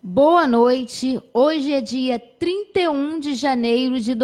Boa noite, hoje é dia 31 de janeiro de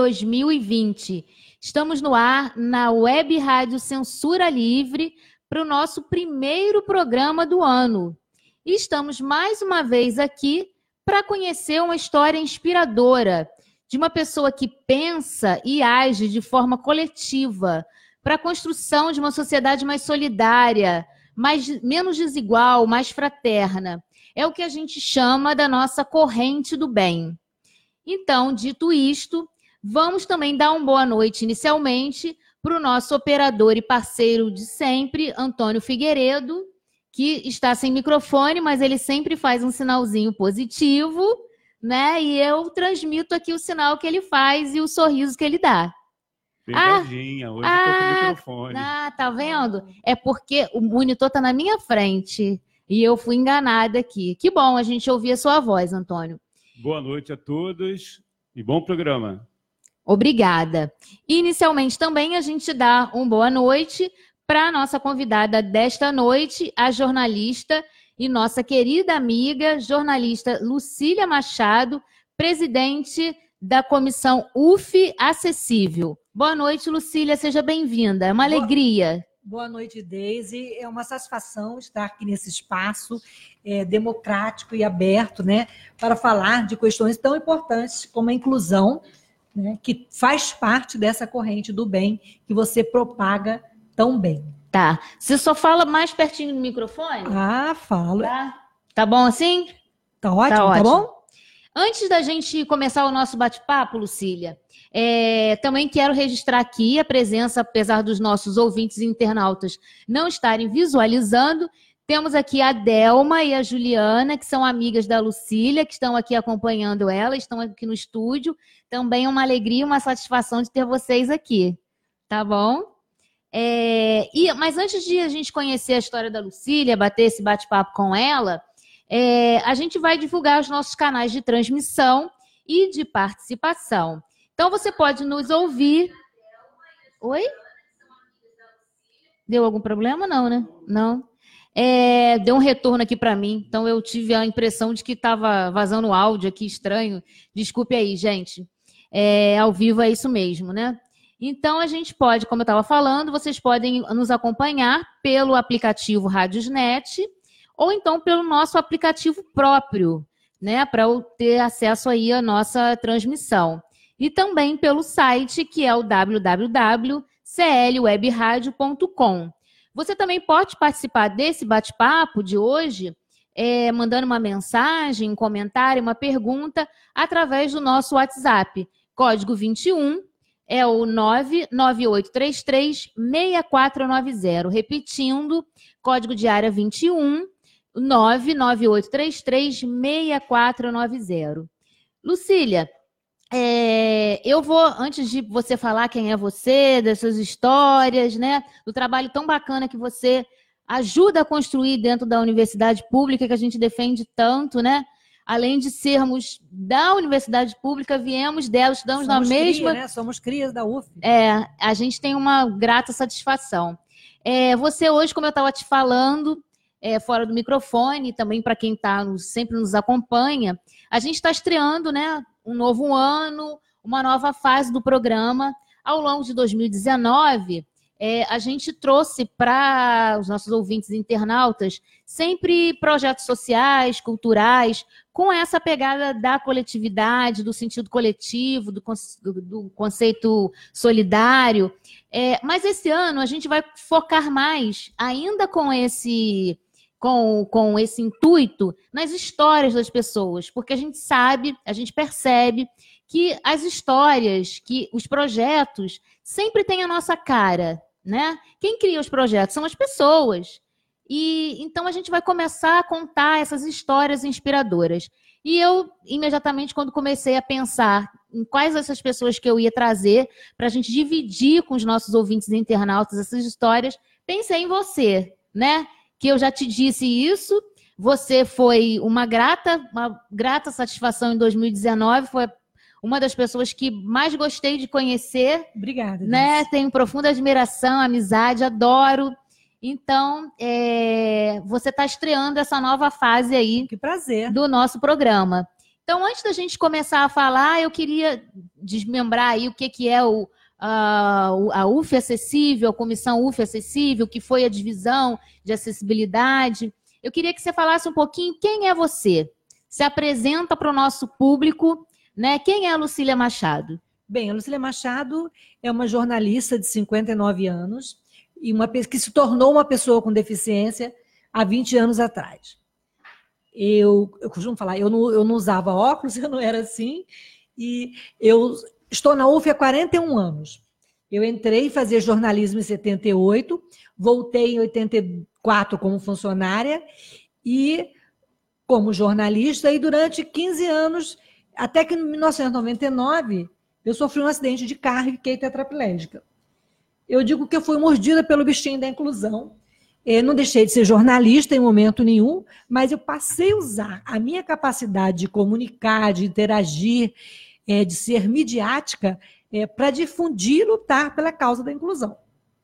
2020. Estamos no ar na Web Rádio Censura Livre para o nosso primeiro programa do ano. E estamos mais uma vez aqui para conhecer uma história inspiradora de uma pessoa que pensa e age de forma coletiva para a construção de uma sociedade mais solidária, menos desigual, mais fraterna. É o que a gente chama da nossa corrente do bem. Então, dito isto, vamos também dar uma boa noite inicialmente para o nosso operador e parceiro de sempre, Antônio Figueiredo, que está sem microfone, mas ele sempre faz um sinalzinho positivo, né? E eu transmito aqui o sinal que ele faz e o sorriso que ele dá. Pegadinha, hoje estou com o microfone. Tá vendo? É porque o monitor está na minha frente. E eu fui enganada aqui. Que bom a gente ouvir a sua voz, Antônio. Boa noite a todos e bom programa. Obrigada. Inicialmente também a gente dá uma boa noite para a nossa convidada desta noite, a jornalista e nossa querida amiga, jornalista Lucília Machado, presidente da Comissão UF Acessível. Boa noite, Lucília, seja bem-vinda. É uma alegria. Boa noite, Deise. É uma satisfação estar aqui nesse espaço democrático e aberto, né, para falar de questões tão importantes como a inclusão, né, que faz parte dessa corrente do bem que você propaga tão bem. Tá. Você só fala mais pertinho do microfone? Falo. Tá bom assim? Tá ótimo, tá bom? Antes da gente começar o nosso bate-papo, Lucília, também quero registrar aqui a presença, apesar dos nossos ouvintes e internautas não estarem visualizando, temos aqui a Delma e a Juliana, que são amigas da Lucília, que estão aqui acompanhando ela, estão aqui no estúdio. Também é uma alegria e uma satisfação de ter vocês aqui, tá bom? Mas antes de a gente conhecer a história da Lucília, bater esse bate-papo com ela, a gente vai divulgar os nossos canais de transmissão e de participação. Então, você pode nos ouvir... Oi? Deu algum problema? Não, né? Não. Deu um retorno aqui para mim, então eu tive a impressão de que estava vazando áudio aqui estranho. Desculpe aí, gente. Ao vivo é isso mesmo, né? Então, a gente pode, como eu estava falando, vocês podem nos acompanhar pelo aplicativo Radiosnet, ou então pelo nosso aplicativo próprio, né, para ter acesso aí à nossa transmissão. E também pelo site, que é o www.clwebradio.com. Você também pode participar desse bate-papo de hoje, mandando uma mensagem, um comentário, uma pergunta, através do nosso WhatsApp. Código 21 é o 99833-6490. Repetindo, código de área 21, 99833-6490. Lucília, eu vou, antes de você falar quem é você, das suas histórias, né, do trabalho tão bacana que você ajuda a construir dentro da universidade pública, que a gente defende tanto, né? Além de sermos da universidade pública, viemos dela, estudamos na mesma... né? Somos crias da UF. A gente tem uma grata satisfação. Você hoje, como eu estava te falando, fora do microfone, também para quem sempre nos acompanha, a gente está estreando, né, um novo ano, uma nova fase do programa. Ao longo de 2019, a gente trouxe para os nossos ouvintes e internautas sempre projetos sociais, culturais, com essa pegada da coletividade, do sentido coletivo, do conceito solidário. Mas esse ano a gente vai focar mais, ainda com esse intuito, nas histórias das pessoas, porque a gente sabe, a gente percebe que as histórias, que os projetos sempre têm a nossa cara, né? Quem cria os projetos são as pessoas. E então a gente vai começar a contar essas histórias inspiradoras. E eu, imediatamente, quando comecei a pensar em quais essas pessoas que eu ia trazer para a gente dividir com os nossos ouvintes e internautas essas histórias, pensei em você, né? Que eu já te disse isso. Você foi uma grata satisfação em 2019, foi uma das pessoas que mais gostei de conhecer. Obrigada. Né? Tenho profunda admiração, amizade, adoro. Então, você está estreando essa nova fase aí Que prazer. do nosso programa. Então, antes da gente começar a falar, eu queria desmembrar aí o que é a UF Acessível, a Comissão UF Acessível, que foi a divisão de acessibilidade. Eu queria que você falasse um pouquinho quem é você. Se apresenta para o nosso público, né? Quem é a Lucília Machado? Bem, a Lucília Machado é uma jornalista de 59 anos e que se tornou uma pessoa com deficiência há 20 anos atrás. Eu costumo falar, eu não usava óculos, eu não era assim, e eu estou na UF há 41 anos. Eu entrei fazer jornalismo em 78, voltei em 84 como funcionária e como jornalista, e durante 15 anos, até que em 1999, eu sofri um acidente de carro e fiquei tetraplégica. Eu digo que eu fui mordida pelo bichinho da inclusão. Eu não deixei de ser jornalista em momento nenhum, mas eu passei a usar a minha capacidade de comunicar, de interagir, de ser midiática, para difundir e lutar pela causa da inclusão.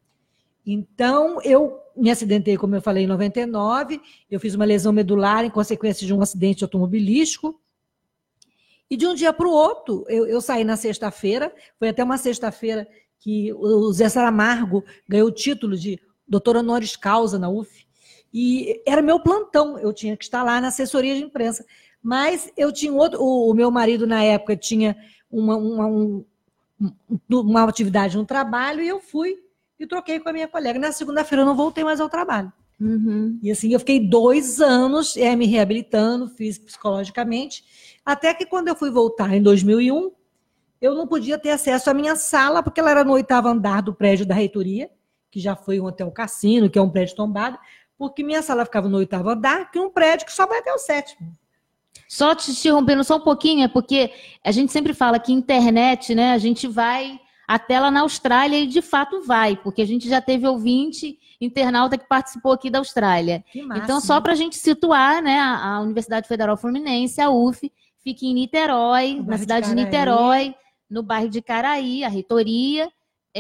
Então, eu me acidentei, como eu falei, em 99, eu fiz uma lesão medular em consequência de um acidente automobilístico, e de um dia para o outro, eu saí na sexta-feira, foi até uma sexta-feira que o Zé Saramago ganhou o título de doutor honoris causa na UF, e era meu plantão, eu tinha que estar lá na assessoria de imprensa, mas eu tinha o meu marido na época tinha uma atividade no trabalho, e eu fui e troquei com a minha colega. Na segunda-feira eu não voltei mais ao trabalho. Uhum. E assim, eu fiquei 2 anos me reabilitando, psicologicamente, até que quando eu fui voltar em 2001, eu não podia ter acesso à minha sala, porque ela era no 8º andar do prédio da reitoria, que já foi um hotel cassino, que é um prédio tombado, porque minha sala ficava no 8º andar, que é um prédio que só vai até o 7º. Só te interrompendo só um pouquinho, é porque a gente sempre fala que internet, né, a gente vai até lá na Austrália, e de fato vai, porque a gente já teve ouvinte, internauta que participou aqui da Austrália. Que massa, então, só para a gente situar, né, a Universidade Federal Fluminense, a UF, fica em Niterói, na cidade de Niterói, no bairro de Caraí, a reitoria,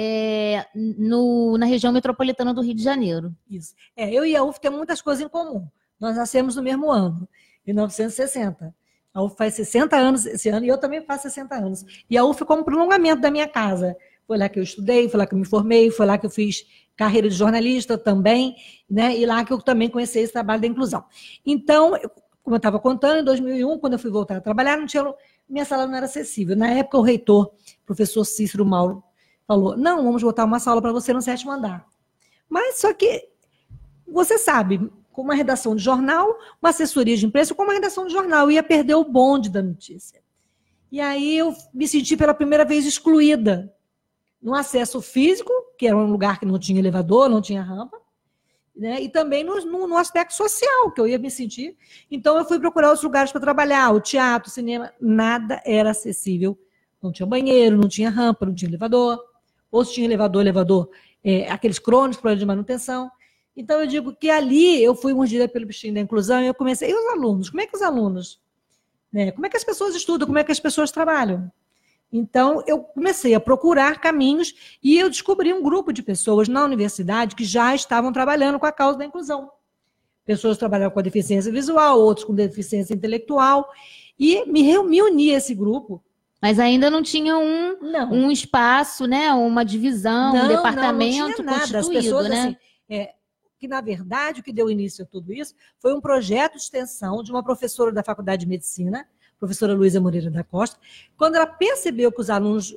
na região metropolitana do Rio de Janeiro. Isso. Eu e a UF temos muitas coisas em comum. Nós nascemos no mesmo ano, 1960. A UF faz 60 anos esse ano e eu também faço 60 anos. E a UF como prolongamento da minha casa. Foi lá que eu estudei, foi lá que eu me formei, foi lá que eu fiz carreira de jornalista também, né? E lá que eu também conheci esse trabalho da inclusão. Então, como eu estava contando, em 2001, quando eu fui voltar a trabalhar, minha sala não era acessível. Na época, o reitor, professor Cícero Mauro, falou, não, vamos botar uma sala para você no 7º andar. Mas só que, você sabe, com uma redação de jornal, uma assessoria de imprensa, com uma redação de jornal, eu ia perder o bonde da notícia. E aí eu me senti pela primeira vez excluída no acesso físico, que era um lugar que não tinha elevador, não tinha rampa, né? E também no aspecto social, que eu ia me sentir. Então eu fui procurar outros lugares para trabalhar, o teatro, o cinema, nada era acessível. Não tinha banheiro, não tinha rampa, não tinha elevador. Ou se tinha elevador, aqueles crônicos, problema de manutenção. Então, eu digo que ali eu fui mordida pelo bichinho da inclusão e eu comecei. E os alunos? Como é que os alunos? Como é que as pessoas estudam? Como é que as pessoas trabalham? Então, eu comecei a procurar caminhos e eu descobri um grupo de pessoas na universidade que já estavam trabalhando com a causa da inclusão. Pessoas que trabalhavam com a deficiência visual, outros com deficiência intelectual. E me uni a esse grupo. Mas ainda não tinha um espaço, né? Uma divisão, um departamento não tinha nada. constituído, as pessoas, né? Assim, que, na verdade, o que deu início a tudo isso foi um projeto de extensão de uma professora da Faculdade de Medicina, professora Luísa Moreira da Costa, quando ela percebeu que os alunos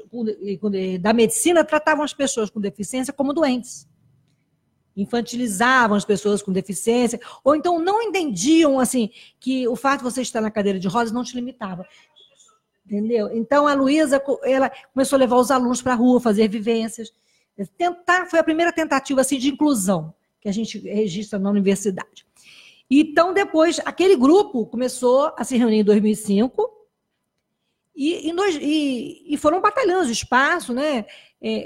da medicina tratavam as pessoas com deficiência como doentes. Infantilizavam as pessoas com deficiência, ou então não entendiam assim, que o fato de você estar na cadeira de rodas não te limitava. Entendeu? Então, a Luísa ela começou a levar os alunos para a rua, fazer vivências. Foi a primeira tentativa assim, de inclusão que a gente registra na universidade. Então, depois, aquele grupo começou a se reunir em 2005 e foram batalhando o espaço. Né? Em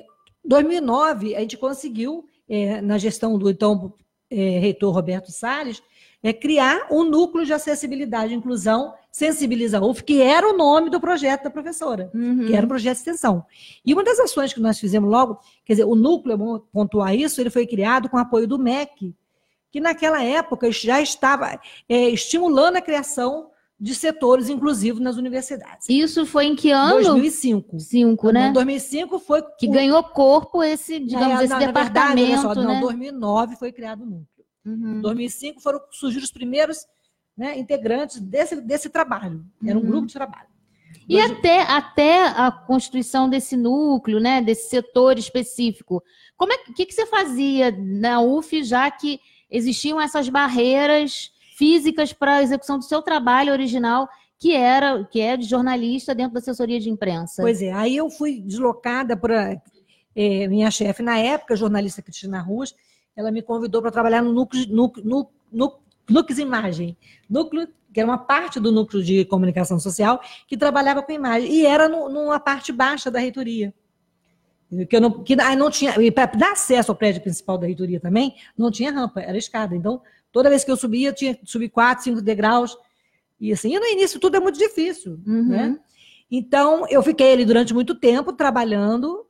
2009, a gente conseguiu, na gestão do então reitor Roberto Salles, é criar um núcleo de acessibilidade e inclusão, Sensibiliza UF, que era o nome do projeto da professora, que era um projeto de extensão. E uma das ações que nós fizemos logo, quer dizer, o núcleo, é bom pontuar isso, ele foi criado com apoio do MEC, que naquela época já estava estimulando a criação de setores inclusivos nas universidades. Isso foi em que ano? 2005. Né? Em 2005 foi... Que ganhou corpo esse, digamos, esse departamento, verdade, olha só, né? Em 2009 foi criado o núcleo. Em 2005 surgiram os primeiros, né, integrantes desse trabalho. Era um grupo de trabalho. E até a constituição desse núcleo, né, desse setor específico, o que você fazia na UF, já que existiam essas barreiras físicas para a execução do seu trabalho original, que é de jornalista dentro da assessoria de imprensa? Pois é, aí eu fui deslocada para minha chefe na época, a jornalista Cristina Ruz, ela me convidou para trabalhar no Núcleo Imagem, núcleo que era uma parte do núcleo de comunicação social que trabalhava com imagem, e era numa parte baixa da reitoria. Aí não tinha, e para dar acesso ao prédio principal da reitoria também, não tinha rampa, era escada. Então, toda vez que eu subia, tinha que subir 4, 5 degraus, e assim, e no início tudo é muito difícil, né? Então, eu fiquei ali durante muito tempo trabalhando,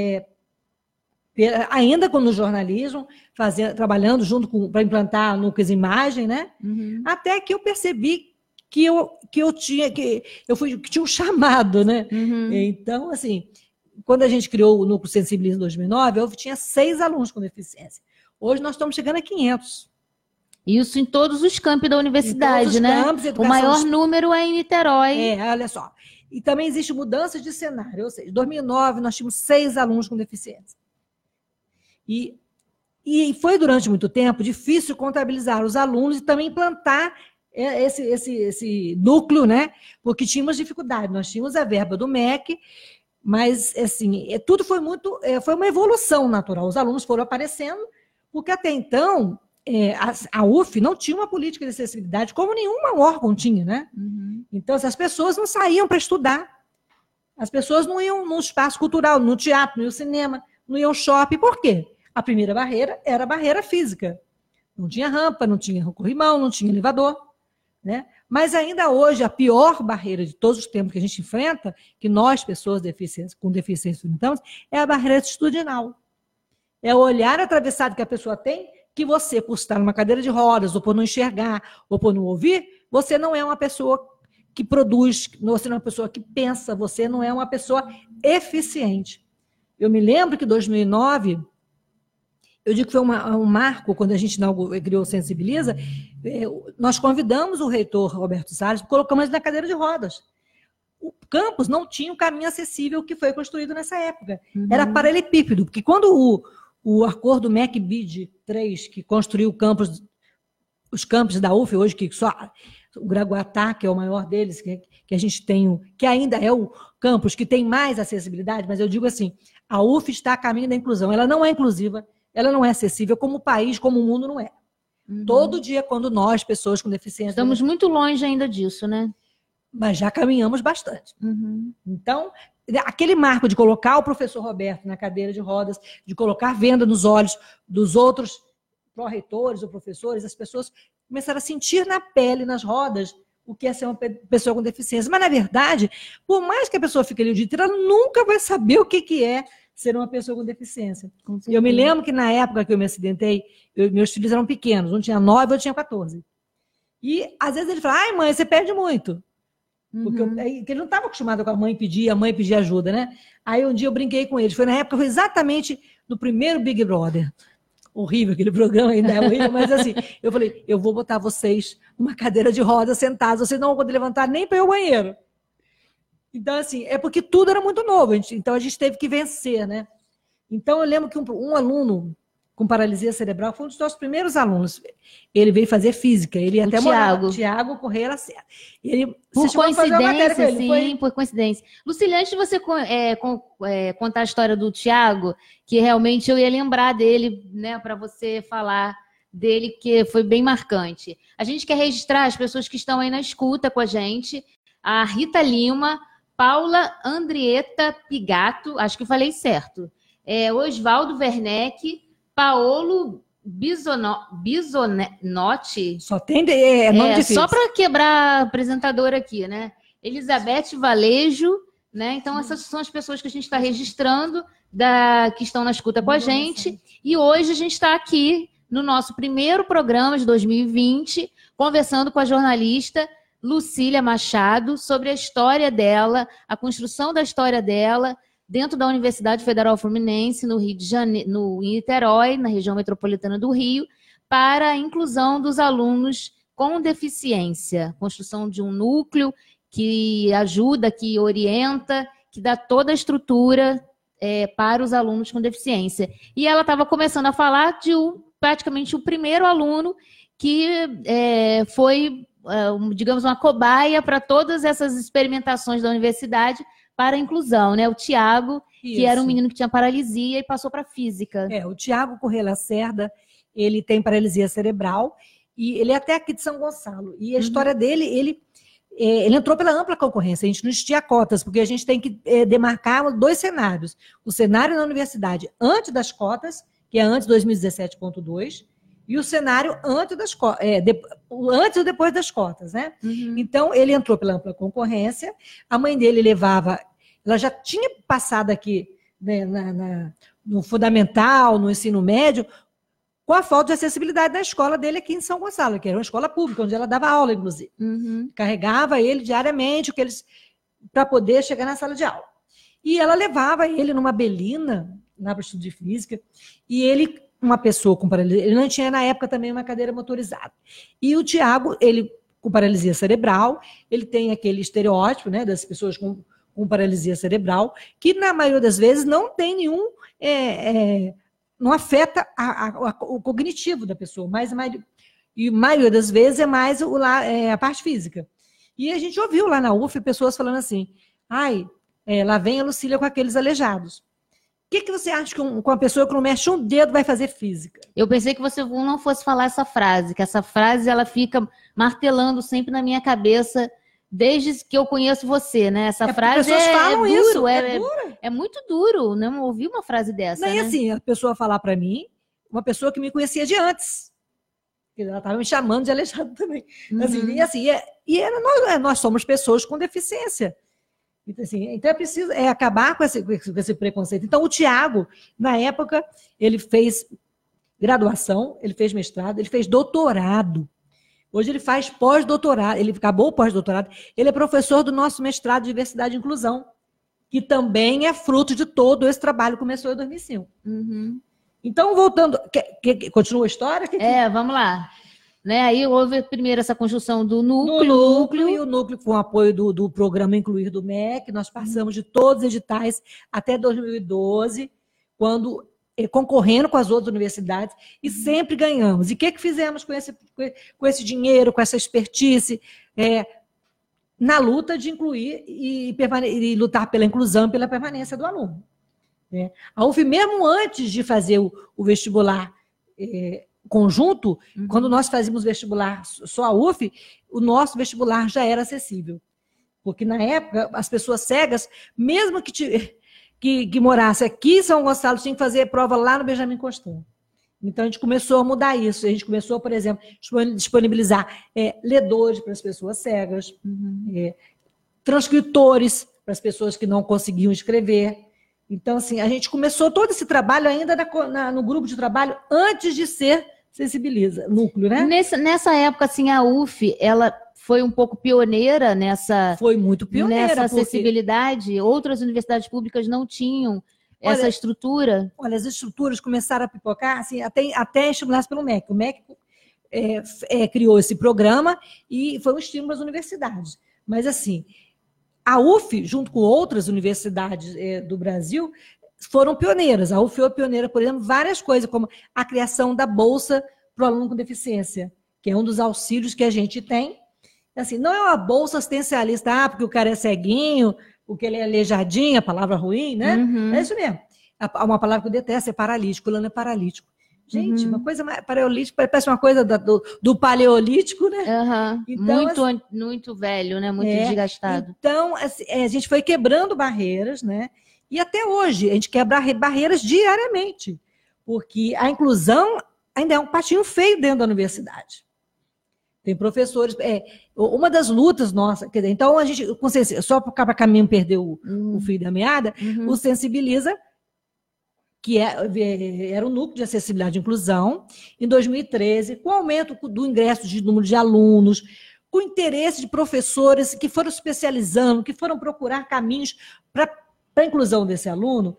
ainda no jornalismo, trabalhando junto para implantar núcleos imagem, né? Até que eu percebi que tinha um chamado, né? Então, assim, quando a gente criou o Núcleo Sensibiliza em 2009, eu tinha 6 alunos com deficiência. Hoje nós estamos chegando a 500. Isso em todos os campi da universidade, né? O maior número é em Niterói. Olha só. E também existe mudança de cenário. Ou seja, em 2009 nós tínhamos 6 alunos com deficiência. E foi durante muito tempo difícil contabilizar os alunos e também implantar esse núcleo, né? Porque tínhamos dificuldade. Nós tínhamos a verba do MEC, mas assim, tudo foi uma evolução natural. Os alunos foram aparecendo, porque até então a UF não tinha uma política de acessibilidade como nenhum órgão tinha, né? Então, as pessoas não saíam para estudar. As pessoas não iam no espaço cultural, no teatro, no cinema, não iam ao shopping. Por quê? A primeira barreira era a barreira física. Não tinha rampa, não tinha corrimão, não tinha elevador, né? Mas ainda hoje, a pior barreira de todos os tempos que a gente enfrenta, que nós, pessoas com deficiência enfrentamos, é a barreira atitudinal. É o olhar atravessado que a pessoa tem, que você, por estar numa cadeira de rodas, ou por não enxergar, ou por não ouvir, você não é uma pessoa que produz, você não é uma pessoa que pensa, você não é uma pessoa eficiente. Eu me lembro que em 2009... Eu digo que foi um marco, quando a gente criou o Sensibiliza, nós convidamos o reitor Roberto Salles, colocamos ele na cadeira de rodas. O campus não tinha um caminho acessível que foi construído nessa época. Era paralelepípedo, porque quando o acordo MEC-BID 3, que construiu os campos da UF, hoje que só o Graguatá, que é o maior deles, que a gente tem, que ainda é o campus que tem mais acessibilidade, mas eu digo assim, a UF está a caminho da inclusão. Ela não é inclusiva, ela não é acessível como o país, como o mundo não é. Todo dia, quando nós, pessoas com deficiência... Estamos muito longe ainda disso, né? Mas já caminhamos bastante. Então, aquele marco de colocar o professor Roberto na cadeira de rodas, de colocar venda nos olhos dos outros pró-reitores ou professores, as pessoas começaram a sentir na pele, nas rodas, o que é ser uma pessoa com deficiência. Mas, na verdade, por mais que a pessoa fique ali o dia inteiro, ela nunca vai saber o que é ser uma pessoa com deficiência. Eu me lembro que na época que eu me acidentei, meus filhos eram pequenos, um tinha 9, outro tinha 14. E às vezes ele fala, ai mãe, você perde muito. Porque ele não estava acostumado com a mãe pedir ajuda, né? Aí um dia eu brinquei com eles, foi na época, foi exatamente no primeiro Big Brother. Horrível aquele programa, ainda é horrível, mas assim, eu falei, eu vou botar vocês numa cadeira de roda sentados, vocês não vão poder levantar nem para ir ao banheiro. Então, assim, é porque tudo era muito novo, então a gente teve que vencer, né? Então, eu lembro que um aluno com paralisia cerebral foi um dos nossos primeiros alunos. Ele veio fazer física, ele até morava, Tiago Correia Lacerda. Por coincidência, sim, por coincidência. Lucília, antes de você contar a história do Tiago, que realmente eu ia lembrar dele, né, para você falar dele, que foi bem marcante. A gente quer registrar as pessoas que estão aí na escuta com a gente, a Rita Lima, Paula Andrieta Pigato, acho que falei certo, Osvaldo Werneck, Paolo Bisonotti. Só tem nome difícil. Só para quebrar a apresentadora aqui, né? Elizabeth Valejo, né? Então, essas são as pessoas que a gente está registrando, que estão na escuta com a gente. E hoje a gente está aqui no nosso primeiro programa de 2020, conversando com a jornalista Lucília Machado sobre a história dela, a construção da história dela dentro da Universidade Federal Fluminense, no Rio de Janeiro, em Niterói, na região metropolitana do Rio, para a inclusão dos alunos com deficiência, construção de um núcleo que ajuda, que orienta, que dá toda a estrutura para os alunos com deficiência. E ela estava começando a falar de praticamente o primeiro aluno que foi, digamos, uma cobaia para todas essas experimentações da universidade para a inclusão, né? O Tiago, que era um menino que tinha paralisia e passou para física. O Tiago Corrêa Lacerda, ele tem paralisia cerebral e ele é até aqui de São Gonçalo. E a história dele, ele entrou pela ampla concorrência, a gente não tinha cotas, porque a gente tem que demarcar 2 cenários. O cenário na universidade antes das cotas, que é antes 2017.2, e o cenário antes das cotas, antes ou depois das cotas, né? Então, ele entrou pela ampla concorrência, a mãe dele ela já tinha passado aqui, né, no fundamental, no ensino médio, com a falta de acessibilidade da escola dele aqui em São Gonçalo, que era uma escola pública, onde ela dava aula, inclusive. Carregava ele diariamente, para poder chegar na sala de aula. E ela levava ele numa belina, lá para o estudo de física, e ele, uma pessoa com paralisia, ele não tinha na época também uma cadeira motorizada. E o Tiago, ele com paralisia cerebral, ele tem aquele estereótipo, né, das pessoas com paralisia cerebral, que na maioria das vezes não tem nenhum... não afeta o cognitivo da pessoa, e a maioria das vezes é mais a parte física. E a gente ouviu lá na UF pessoas falando assim, lá vem a Lucília com aqueles aleijados. O que você acha que com uma pessoa que não mexe um dedo vai fazer física? Eu pensei que você não fosse falar essa frase, que essa frase ela fica martelando sempre na minha cabeça desde que eu conheço você, né? Essa frase falam duro, isso, dura. É muito duro, não ouvi uma frase dessa. Não, né? E assim, a pessoa falar para mim, uma pessoa que me conhecia de antes, que ela estava me chamando de aleijado também. Nós somos pessoas com deficiência. Então é preciso acabar com esse preconceito. Então o Tiago, na época, ele fez graduação, ele fez mestrado, ele fez doutorado. Hoje ele faz pós-doutorado, ele acabou o pós-doutorado, ele é professor do nosso mestrado de Diversidade e Inclusão, que também é fruto de todo esse trabalho que começou em 2005. Então, voltando, continua a história? Vamos lá. Né? Aí houve primeiro essa construção do núcleo. E o núcleo com o apoio do programa Incluir do MEC, nós passamos de todos os editais até 2012, quando concorrendo com as outras universidades, e sempre ganhamos. E o que fizemos com esse dinheiro, com essa expertise, na luta de incluir e lutar pela inclusão e pela permanência do aluno? A UF, mesmo antes de fazer o vestibular conjunto, quando nós fazíamos vestibular só a UF, o nosso vestibular já era acessível. Porque, na época, as pessoas cegas, mesmo que morasse aqui em São Gonçalo, tinha que fazer prova lá no Benjamin Constant. Então, a gente começou a mudar isso. A gente começou, por exemplo, a disponibilizar ledores para as pessoas cegas, transcritores para as pessoas que não conseguiam escrever. Então, assim, a gente começou todo esse trabalho ainda no grupo de trabalho antes de ser Sensibiliza, núcleo, né? Nessa época, assim, a UF, ela foi um pouco pioneira nessa... Foi muito pioneira. Nessa acessibilidade. Outras universidades públicas não tinham essa estrutura. Olha, as estruturas começaram a pipocar, assim, até estimuladas pelo MEC. O MEC criou esse programa e foi um estímulo para as universidades. Mas, assim, a UF, junto com outras universidades do Brasil, foram pioneiras. A UF foi pioneira, por exemplo, várias coisas, como a criação da bolsa para o aluno com deficiência, que é um dos auxílios que a gente tem. Assim, não é uma bolsa assistencialista, porque o cara é ceguinho, porque ele é aleijadinho, a palavra ruim, né? É isso mesmo. Uma palavra que eu detesto é paralítico, o Lano é paralítico. Gente, uma coisa mais paleolítico, parece uma coisa do paleolítico, né? Então, muito velho, né? Muito desgastado. Então, assim, a gente foi quebrando barreiras, né? E até hoje, a gente quebra barreiras diariamente, porque a inclusão, ainda é um patinho feio dentro da universidade. Tem professores... uma das lutas nossas... Quer dizer, então, a gente... Só para caminho perder o fio da meada, o Sensibiliza, que era o núcleo de acessibilidade e inclusão, em 2013, com o aumento do ingresso de número de alunos, com interesse de professores que foram especializando, que foram procurar caminhos para a inclusão desse aluno,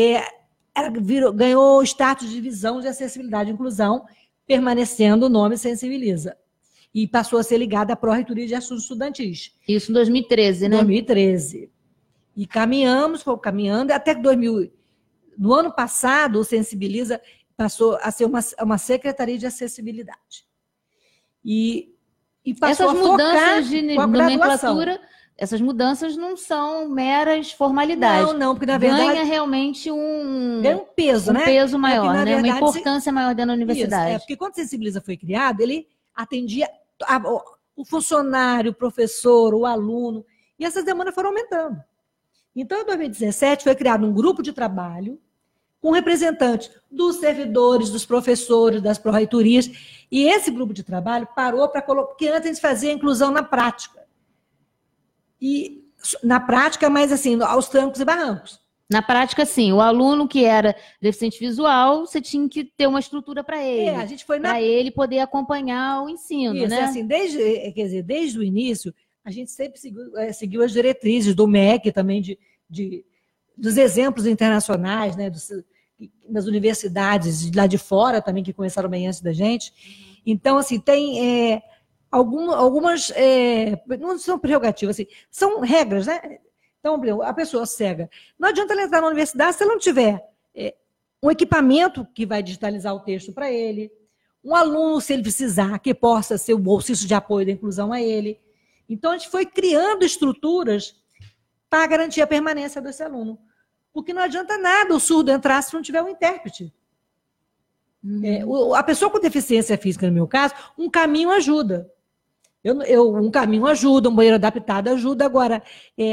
ganhou status de divisão de acessibilidade e inclusão, permanecendo o nome Sensibiliza. E passou a ser ligado à Pró-Reitoria de Assuntos Estudantis. Isso em 2013, né? 2013. E caminhamos, foi caminhando, até que no ano passado, o Sensibiliza passou a ser uma secretaria de acessibilidade. E passou essas a mudanças de com a nomenclatura, essas mudanças não são meras formalidades. Não, porque na verdade ganha realmente ganha um peso, né? peso maior, porque, né? Verdade, uma importância maior dentro da universidade. Porque quando o Sensibiliza foi criado, ele atendia o funcionário, o professor, o aluno, e essas demandas foram aumentando. Então, em 2017, foi criado um grupo de trabalho com representantes dos servidores, dos professores, das pró-reitorias, e esse grupo de trabalho parou para colocar, porque antes a gente fazia a inclusão na prática. E na prática, mas assim, aos trancos e barrancos. Na prática, sim, o aluno que era deficiente visual, você tinha que ter uma estrutura para ele. A gente foi para ele poder acompanhar o ensino, isso, né? Assim, desde o início, a gente sempre seguiu as diretrizes do MEC, também dos exemplos internacionais, né, das universidades lá de fora também, que começaram bem antes da gente. Então, assim, tem algumas... não são prerrogativas, assim, são regras, né? Então, a pessoa cega, não adianta ela entrar na universidade se ela não tiver um equipamento que vai digitalizar o texto para ele, um aluno, se ele precisar, que possa ser o bolsista de apoio da inclusão a ele. Então, a gente foi criando estruturas para garantir a permanência desse aluno. Porque não adianta nada o surdo entrar se não tiver um intérprete. A pessoa com deficiência física, no meu caso, um caminho ajuda. Um caminho ajuda, um banheiro adaptado ajuda. Agora,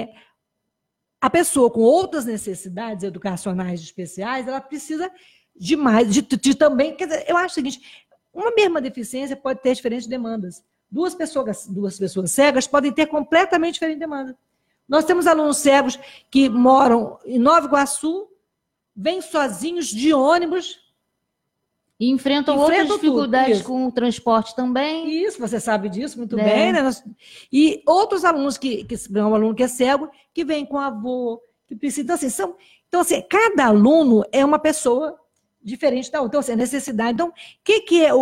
a pessoa com outras necessidades educacionais especiais, ela precisa de mais, de também... Quer dizer, eu acho o seguinte, uma mesma deficiência pode ter diferentes demandas. Duas pessoas cegas podem ter completamente diferentes demandas. Nós temos alunos cegos que moram em Nova Iguaçu, vêm sozinhos de ônibus. E enfrentam outras dificuldades com o transporte também. Isso, você sabe disso muito bem, né? E outros alunos um aluno que é cego, que vem com avô, que precisa. Então, assim, cada aluno é uma pessoa diferente da outra. Então, assim, a necessidade. Então, o que é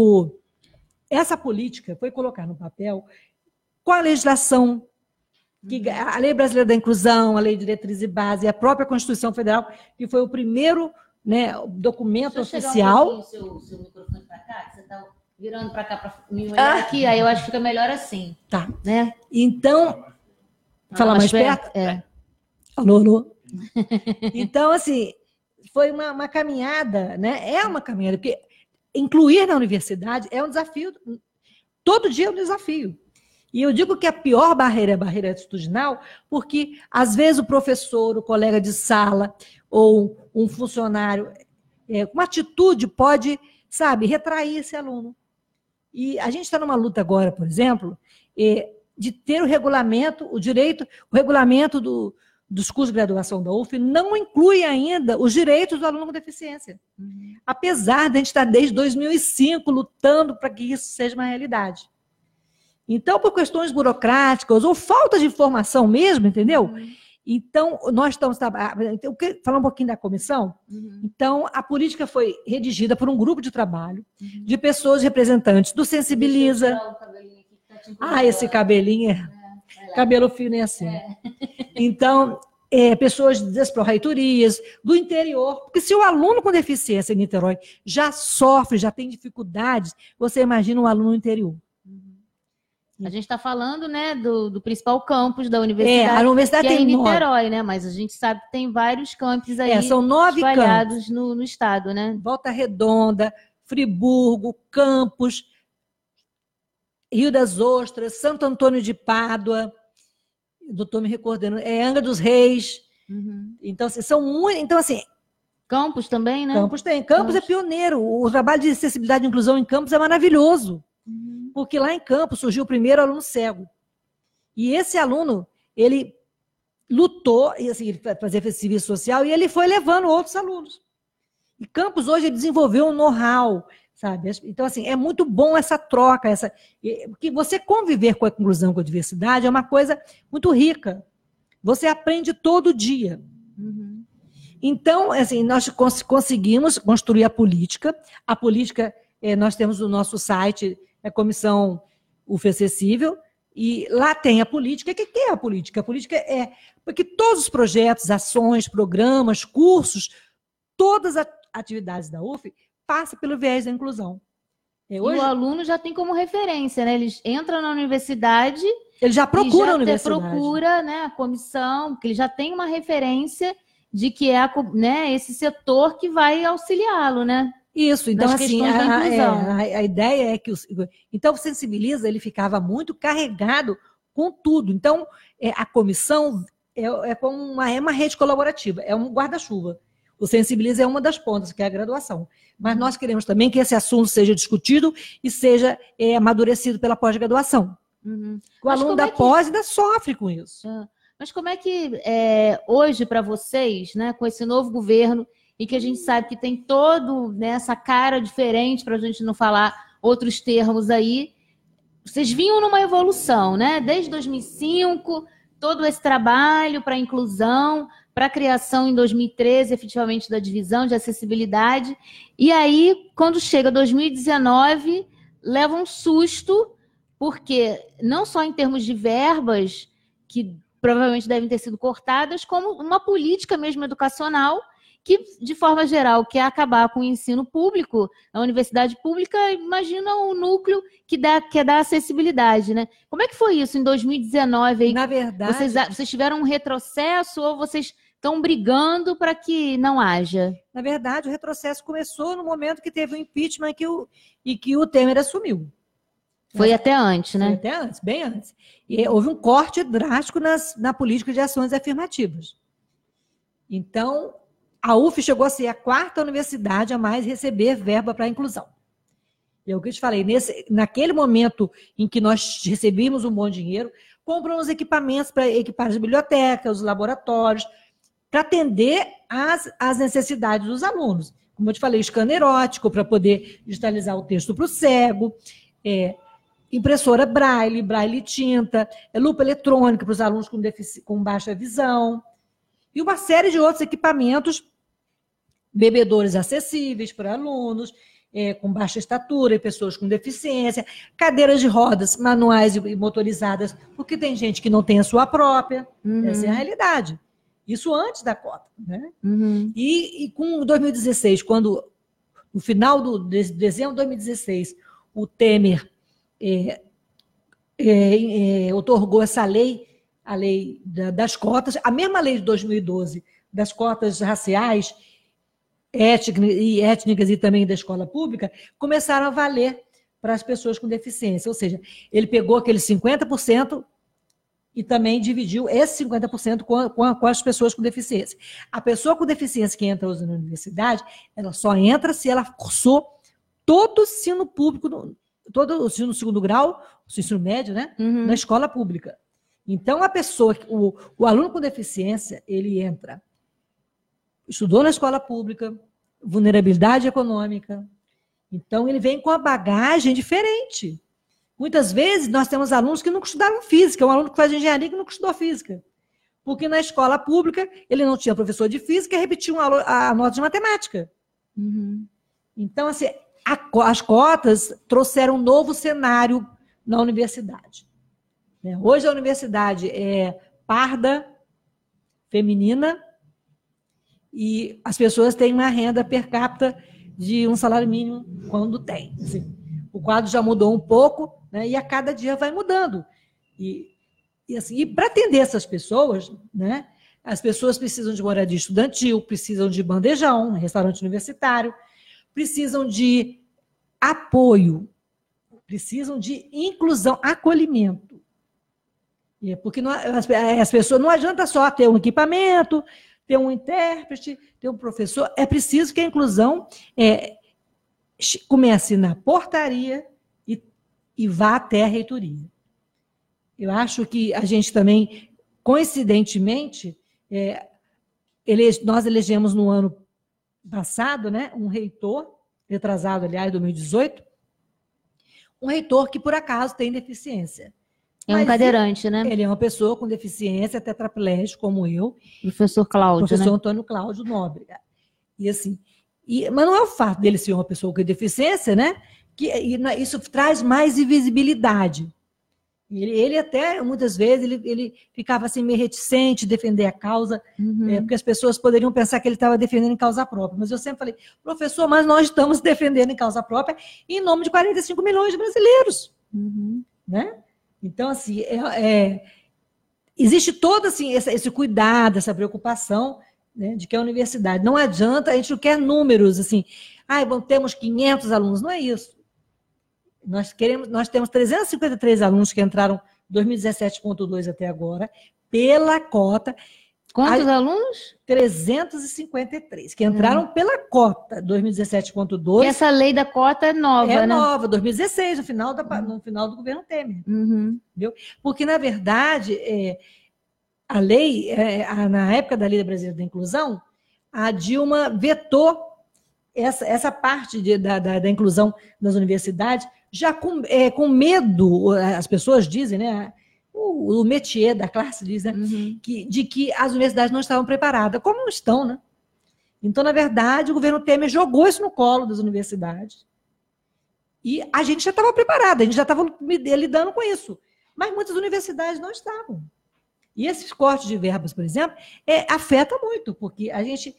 essa política foi colocar no papel com a legislação, a Lei Brasileira da Inclusão, a Lei de Diretriz e Base, a própria Constituição Federal, que foi o primeiro, né, documento oficial. Deixa eu chegar um pouquinho o seu microfone para cá, que você está virando para cá para me olhar aqui, aí eu acho que fica melhor assim. Tá. Né? Então, falar mais perto? Alô? Então, assim, foi uma caminhada, né? É uma caminhada, porque incluir na universidade é um desafio, todo dia é um desafio. E eu digo que a pior barreira é a barreira atitudinal, porque, às vezes, o professor, o colega de sala, ou um funcionário, uma atitude pode, retrair esse aluno. E a gente está numa luta agora, por exemplo, de ter o regulamento, o regulamento dos cursos de graduação da UF não inclui ainda os direitos do aluno com deficiência. Apesar de a gente estar desde 2005 lutando para que isso seja uma realidade. Então, por questões burocráticas ou falta de informação mesmo, entendeu? Então, nós estamos... Falar um pouquinho da comissão. Então, a política foi redigida por um grupo de trabalho de pessoas representantes do Sensibiliza. Esse cabelinho cabelo fino é assim. Então, pessoas das pró-reitorias, do interior. Porque se o aluno com deficiência em Niterói já sofre, já tem dificuldades, você imagina um aluno no interior. A gente está falando, né, do principal campus da universidade, a universidade que tem é em Niterói, né? Mas a gente sabe que tem vários campos aí são 9 espalhados no estado, né? Volta Redonda, Friburgo, Campos, Rio das Ostras, Santo Antônio de Pádua, estou me recordando, Angra dos Reis. Então, assim, são muitos. Então, assim, Campos também, né? Campos tem. Campos é pioneiro. O trabalho de acessibilidade e inclusão em Campos é maravilhoso. Porque lá em Campos surgiu o primeiro aluno cego. E esse aluno, ele lutou, e assim, ele fazia serviço social, e ele foi levando outros alunos. E Campos hoje desenvolveu um know-how, sabe? Então, assim, é muito bom essa troca, porque você conviver com a inclusão, com a diversidade, é uma coisa muito rica. Você aprende todo dia. Então, assim, nós conseguimos construir a política. A política, nós temos no nosso site, a Comissão UFAcessível, e lá tem a política. O que é a política? A política é porque todos os projetos, ações, programas, cursos, todas as atividades da UF passam pelo viés da inclusão. Hoje, e o aluno já tem como referência, né? Eles entram na universidade, ele já procura a universidade. Procura, né, a comissão, porque ele já tem uma referência de que é né, esse setor que vai auxiliá-lo, né? Isso, então assim, a ideia é que então o Sensibiliza, ele ficava muito carregado com tudo. Então, a comissão é como uma rede colaborativa, é um guarda-chuva. O Sensibiliza é uma das pontas, que é a graduação. Mas nós queremos também que esse assunto seja discutido e seja amadurecido pela pós-graduação. O aluno da pós ainda sofre com isso. Mas como é que hoje, para vocês, né, com esse novo governo, e que a gente sabe que tem todo, né, essa cara diferente, para a gente não falar outros termos aí, vocês vinham numa evolução, né? Desde 2005, todo esse trabalho para a inclusão, para a criação em 2013, efetivamente, da divisão de acessibilidade. E aí, quando chega 2019, leva um susto, porque não só em termos de verbas, que provavelmente devem ter sido cortadas, como uma política mesmo educacional, que, de forma geral, quer acabar com o ensino público, a universidade pública, imagina o núcleo que quer dar acessibilidade, né? Como é que foi isso em 2019? Aí, na verdade... Vocês tiveram um retrocesso ou vocês estão brigando para que não haja? Na verdade, o retrocesso começou no momento que teve o impeachment e que o Temer assumiu. Foi até antes, né? Foi até antes, bem antes. E houve um corte drástico na política de ações afirmativas. Então, a UF chegou a ser a 4ª universidade a mais receber verba para a inclusão. É o que eu te falei, naquele momento em que nós recebíamos um bom dinheiro, compramos equipamentos para equipar as bibliotecas, os laboratórios, para atender às necessidades dos alunos. Como eu te falei, scanner óptico para poder digitalizar o texto para o cego, impressora braille tinta, lupa eletrônica para os alunos com baixa visão, e uma série de outros equipamentos, bebedouros acessíveis para alunos, com baixa estatura e pessoas com deficiência, cadeiras de rodas manuais e motorizadas, porque tem gente que não tem a sua própria, essa é a realidade. Isso antes da cota, né? E com 2016, quando, no final de dezembro de 2016, o Temer otorgou essa lei, a lei das cotas, a mesma lei de 2012, das cotas raciais, étnicas e também da escola pública, começaram a valer para as pessoas com deficiência. Ou seja, ele pegou aqueles 50% e também dividiu esse 50% com as pessoas com deficiência. A pessoa com deficiência que entra hoje na universidade, ela só entra se ela cursou todo o ensino público, todo o ensino segundo grau, o ensino médio, né? Na escola pública. Então, a pessoa, o aluno com deficiência, ele entra, estudou na escola pública, vulnerabilidade econômica, então ele vem com a bagagem diferente. Muitas vezes nós temos alunos que nunca estudaram física, um aluno que faz engenharia que nunca estudou física, porque na escola pública ele não tinha professor de física e repetia a nota de matemática. Então, assim, as cotas trouxeram um novo cenário na universidade. Hoje a universidade é parda, feminina, e as pessoas têm uma renda per capita de um salário mínimo quando tem. Assim, o quadro já mudou um pouco, né, e a cada dia vai mudando. E para atender essas pessoas, né, as pessoas precisam de moradia estudantil, precisam de bandejão, restaurante universitário, precisam de apoio, precisam de inclusão, acolhimento. Porque as pessoas não adianta só ter um equipamento, ter um intérprete, ter um professor. É preciso que a inclusão comece na portaria e vá até a reitoria. Eu acho que a gente também, coincidentemente, nós elegemos no ano passado, né, um reitor, retrasado, aliás, 2018, um reitor que, por acaso, tem deficiência. É um cadeirante, né? Ele é uma pessoa com deficiência, tetraplégico, como eu. Professor Cláudio, Professor né? Antônio Cláudio Nóbrega. E assim, mas não é o fato dele ser uma pessoa com deficiência, né? Isso traz mais visibilidade. Ele até, muitas vezes, ele ficava assim, meio reticente de defender a causa, porque as pessoas poderiam pensar que ele estava defendendo em causa própria. Mas eu sempre falei, professor, mas nós estamos defendendo em causa própria em nome de 45 milhões de brasileiros. Né? Então, assim, existe todo assim, esse cuidado, essa preocupação, né, de que a universidade não adianta, a gente não quer números assim, temos 500 alunos, não é isso. Nós temos 353 alunos que entraram 2017.2 até agora, pela cota. Quantos alunos? 353, que entraram pela cota 2017.2. E essa lei da cota é nova, né? É nova, 2016, no final do governo Temer. Entendeu? Porque, na verdade, a lei, na época da Lei da Brasileira da Inclusão, a Dilma vetou essa parte da inclusão das universidades, já com medo, as pessoas dizem, né? O métier da classe diz, né? De que as universidades não estavam preparadas, como não estão, né? Então, na verdade, o governo Temer jogou isso no colo das universidades e a gente já estava preparada, a gente já estava lidando com isso, mas muitas universidades não estavam. E esses cortes de verbas, por exemplo, afeta muito, porque a gente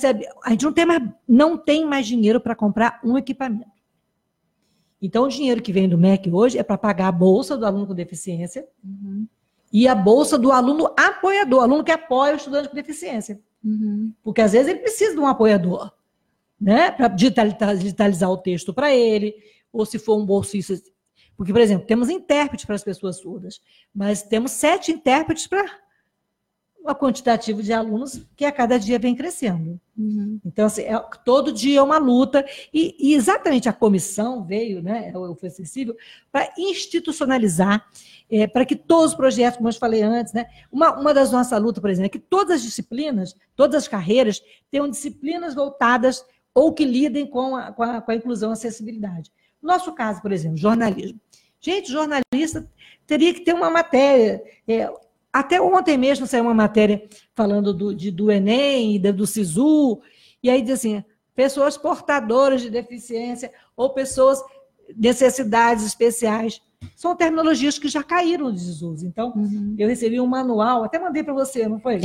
não tem mais dinheiro para comprar um equipamento. Então, o dinheiro que vem do MEC hoje é para pagar a bolsa do aluno com deficiência e a bolsa do aluno apoiador, aluno que apoia o estudante com deficiência. Porque, às vezes, ele precisa de um apoiador, né, para digitalizar o texto para ele, ou se for um bolsista. Porque, por exemplo, temos intérpretes para as pessoas surdas, mas temos 7 intérpretes para o quantitativo de alunos que a cada dia vem crescendo. Então, assim, todo dia é uma luta, e exatamente a comissão veio, né, foi sensível, para institucionalizar, para que todos os projetos, como eu falei antes, né, uma das nossas lutas, por exemplo, é que todas as disciplinas, todas as carreiras, tenham disciplinas voltadas ou que lidem com a inclusão e acessibilidade. No nosso caso, por exemplo, jornalismo. Gente, jornalista teria que ter uma matéria. Até ontem mesmo saiu uma matéria falando do Enem e do SISU, e aí diz assim, pessoas portadoras de deficiência ou pessoas necessidades especiais. São terminologias que já caíram de desuso. Então, eu recebi um manual, até mandei para você, não foi?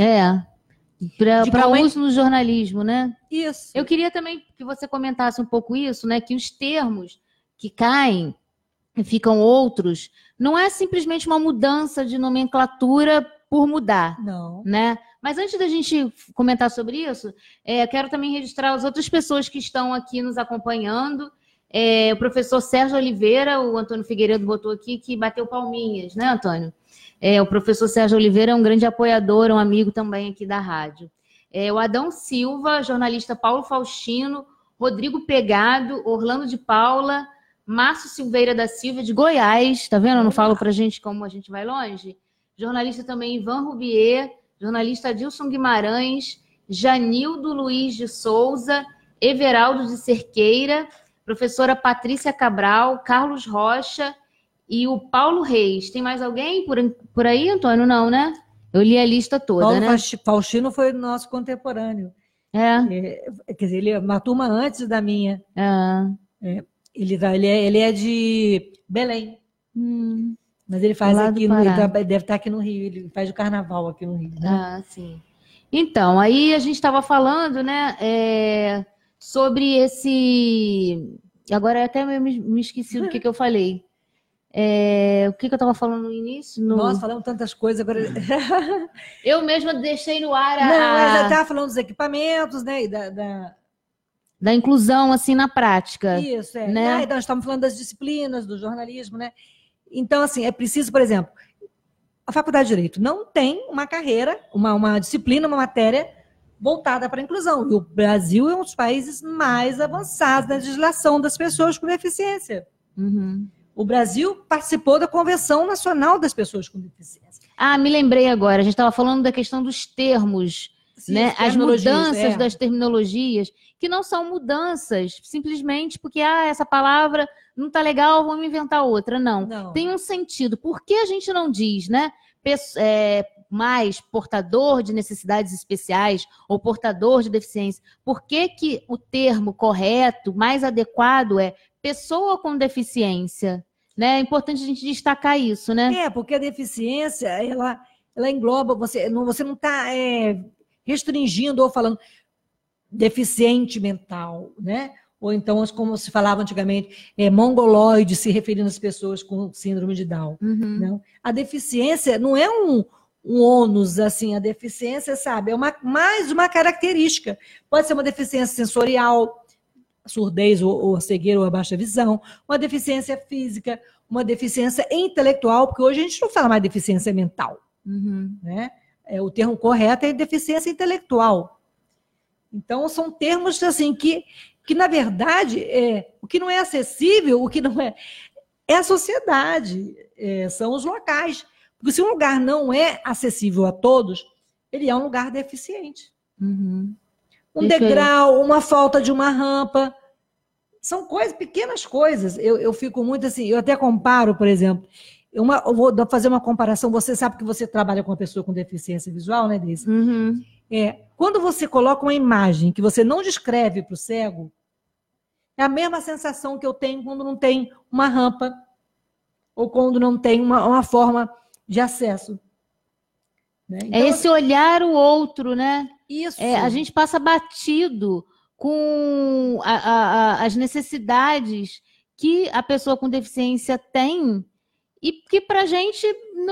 Para uso no jornalismo, né? Isso. Eu queria também que você comentasse um pouco isso, né? Que os termos que caem e ficam outros, não é simplesmente uma mudança de nomenclatura por mudar. Não. Né? Mas antes da gente comentar sobre isso, quero também registrar as outras pessoas que estão aqui nos acompanhando. O professor Sérgio Oliveira, o Antônio Figueiredo botou aqui, que bateu palminhas, né, Antônio? O professor Sérgio Oliveira é um grande apoiador, um amigo também aqui da rádio. O Adão Silva, jornalista Paulo Faustino, Rodrigo Pegado, Orlando de Paula, Márcio Silveira da Silva, de Goiás, tá vendo? Eu não falo pra gente como a gente vai longe. Jornalista também Ivan Rubier, jornalista Adilson Guimarães, Janildo Luiz de Souza, Everaldo de Cerqueira, professora Patrícia Cabral, Carlos Rocha e o Paulo Reis. Tem mais alguém por aí, Antônio? Não, né? Eu li a lista toda, Paulo, né? Faustino foi nosso contemporâneo. Quer dizer, ele é uma turma antes da minha. Ele é de Belém. Mas ele faz aqui no Rio, deve estar aqui no Rio, ele faz o carnaval aqui no Rio. Né? Sim. Então, aí a gente estava falando, né, sobre esse... Agora até me esqueci do que eu falei. O que eu estava falando no início? Nós falamos tantas coisas agora. Eu mesma deixei no ar Não, eu já estava falando dos equipamentos, né? E da inclusão, assim, na prática. Isso, né? Nós estamos falando das disciplinas, do jornalismo, né? Então, assim, é preciso, por exemplo, a Faculdade de Direito não tem uma carreira, uma disciplina, uma matéria voltada para a inclusão. E o Brasil é um dos países mais avançados na legislação das pessoas com deficiência. Uhum. O Brasil participou da Convenção Nacional das Pessoas com Deficiência. Ah, me lembrei agora. A gente estava falando da questão dos termos, Sim, né? As terminologias, mudanças das terminologias, que não são mudanças simplesmente porque essa palavra não está legal, vamos inventar outra. Não. Tem um sentido. Por que a gente não diz, né? Mais portador de necessidades especiais ou portador de deficiência? Por que o termo correto, mais adequado é pessoa com deficiência? Né? É importante a gente destacar isso, né? Porque a deficiência, ela engloba, você não está restringindo ou falando deficiente mental, né? Ou então, como se falava antigamente, mongoloide, se referindo às pessoas com síndrome de Down. Uhum. Não? A deficiência não é um ônus, assim, a deficiência, sabe, é mais uma característica. Pode ser uma deficiência sensorial, surdez ou cegueira ou a baixa visão, uma deficiência física, uma deficiência intelectual, porque hoje a gente não fala mais deficiência mental. Uhum. Né? O termo correto é deficiência intelectual. Então, são termos assim que na verdade, o que não é acessível, o que não é a sociedade, são os locais. Porque se um lugar não é acessível a todos, ele é um lugar deficiente. Uhum. Um degrau, uma falta de uma rampa, são pequenas coisas. Eu fico muito assim, eu até comparo, por exemplo, eu vou fazer uma comparação, você sabe que você trabalha com uma pessoa com deficiência visual, né, Deise? Uhum. Quando você coloca uma imagem que você não descreve para o cego, é a mesma sensação que eu tenho quando não tem uma rampa ou quando não tem uma forma de acesso. Né? Então, esse olhar o outro, né? Isso. A gente passa batido com as necessidades que a pessoa com deficiência tem e que para a gente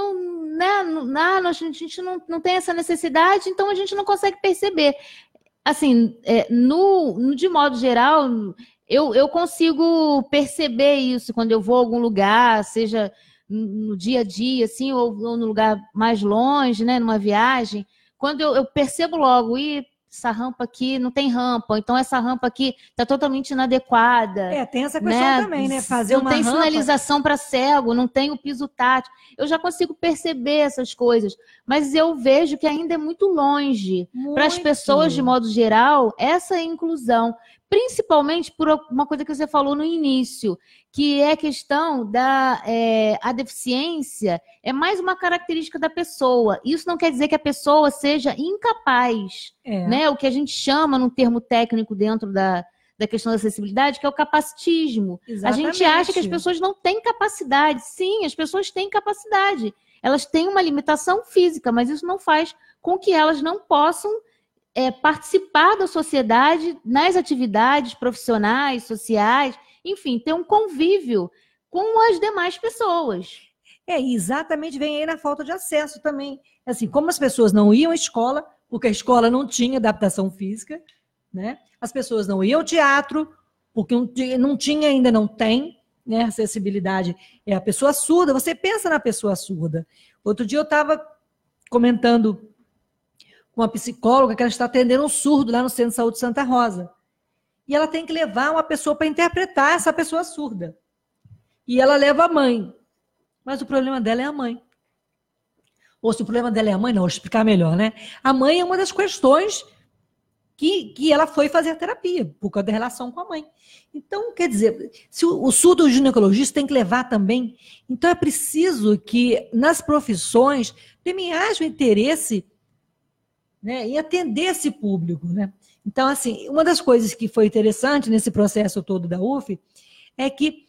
a gente não tem essa necessidade, então a gente não consegue perceber. Assim, de modo geral, eu consigo perceber isso quando eu vou a algum lugar, seja no dia a dia, assim, ou no lugar mais longe, né, numa viagem, quando eu percebo logo, essa rampa aqui não tem rampa, então essa rampa aqui está totalmente inadequada. Tem essa questão também, né? Fazer não tem rampa... sinalização para cego, não tem o piso tátil. Eu já consigo perceber essas coisas, mas eu vejo que ainda é muito longe para as pessoas, de modo geral, essa inclusão. Principalmente por uma coisa que você falou no início, que é a questão a deficiência é mais uma característica da pessoa. Isso não quer dizer que a pessoa seja incapaz, né? O que a gente chama, num termo técnico dentro da questão da acessibilidade, que é o capacitismo. Exatamente. A gente acha que as pessoas não têm capacidade. Sim, as pessoas têm capacidade. Elas têm uma limitação física, mas isso não faz com que elas não possam participar da sociedade nas atividades profissionais, sociais, enfim, ter um convívio com as demais pessoas. Exatamente, vem aí na falta de acesso também. Assim, como as pessoas não iam à escola, porque a escola não tinha adaptação física, né? As pessoas não iam ao teatro, porque não tinha, ainda não tem, né? Acessibilidade. A pessoa surda, você pensa na pessoa surda. Outro dia eu estava comentando com uma psicóloga que ela está atendendo um surdo lá no Centro de Saúde Santa Rosa. E ela tem que levar uma pessoa para interpretar essa pessoa surda. E ela leva a mãe. Mas o problema dela é a mãe. Ou se o problema dela é a mãe, não, vou explicar melhor, né? A mãe é uma das questões que ela foi fazer terapia, por causa da relação com a mãe. Então, quer dizer, se o surdo ginecologista tem que levar também, então é preciso que nas profissões também haja o interesse, né, em atender esse público, né? Então, assim, uma das coisas que foi interessante nesse processo todo da UF é que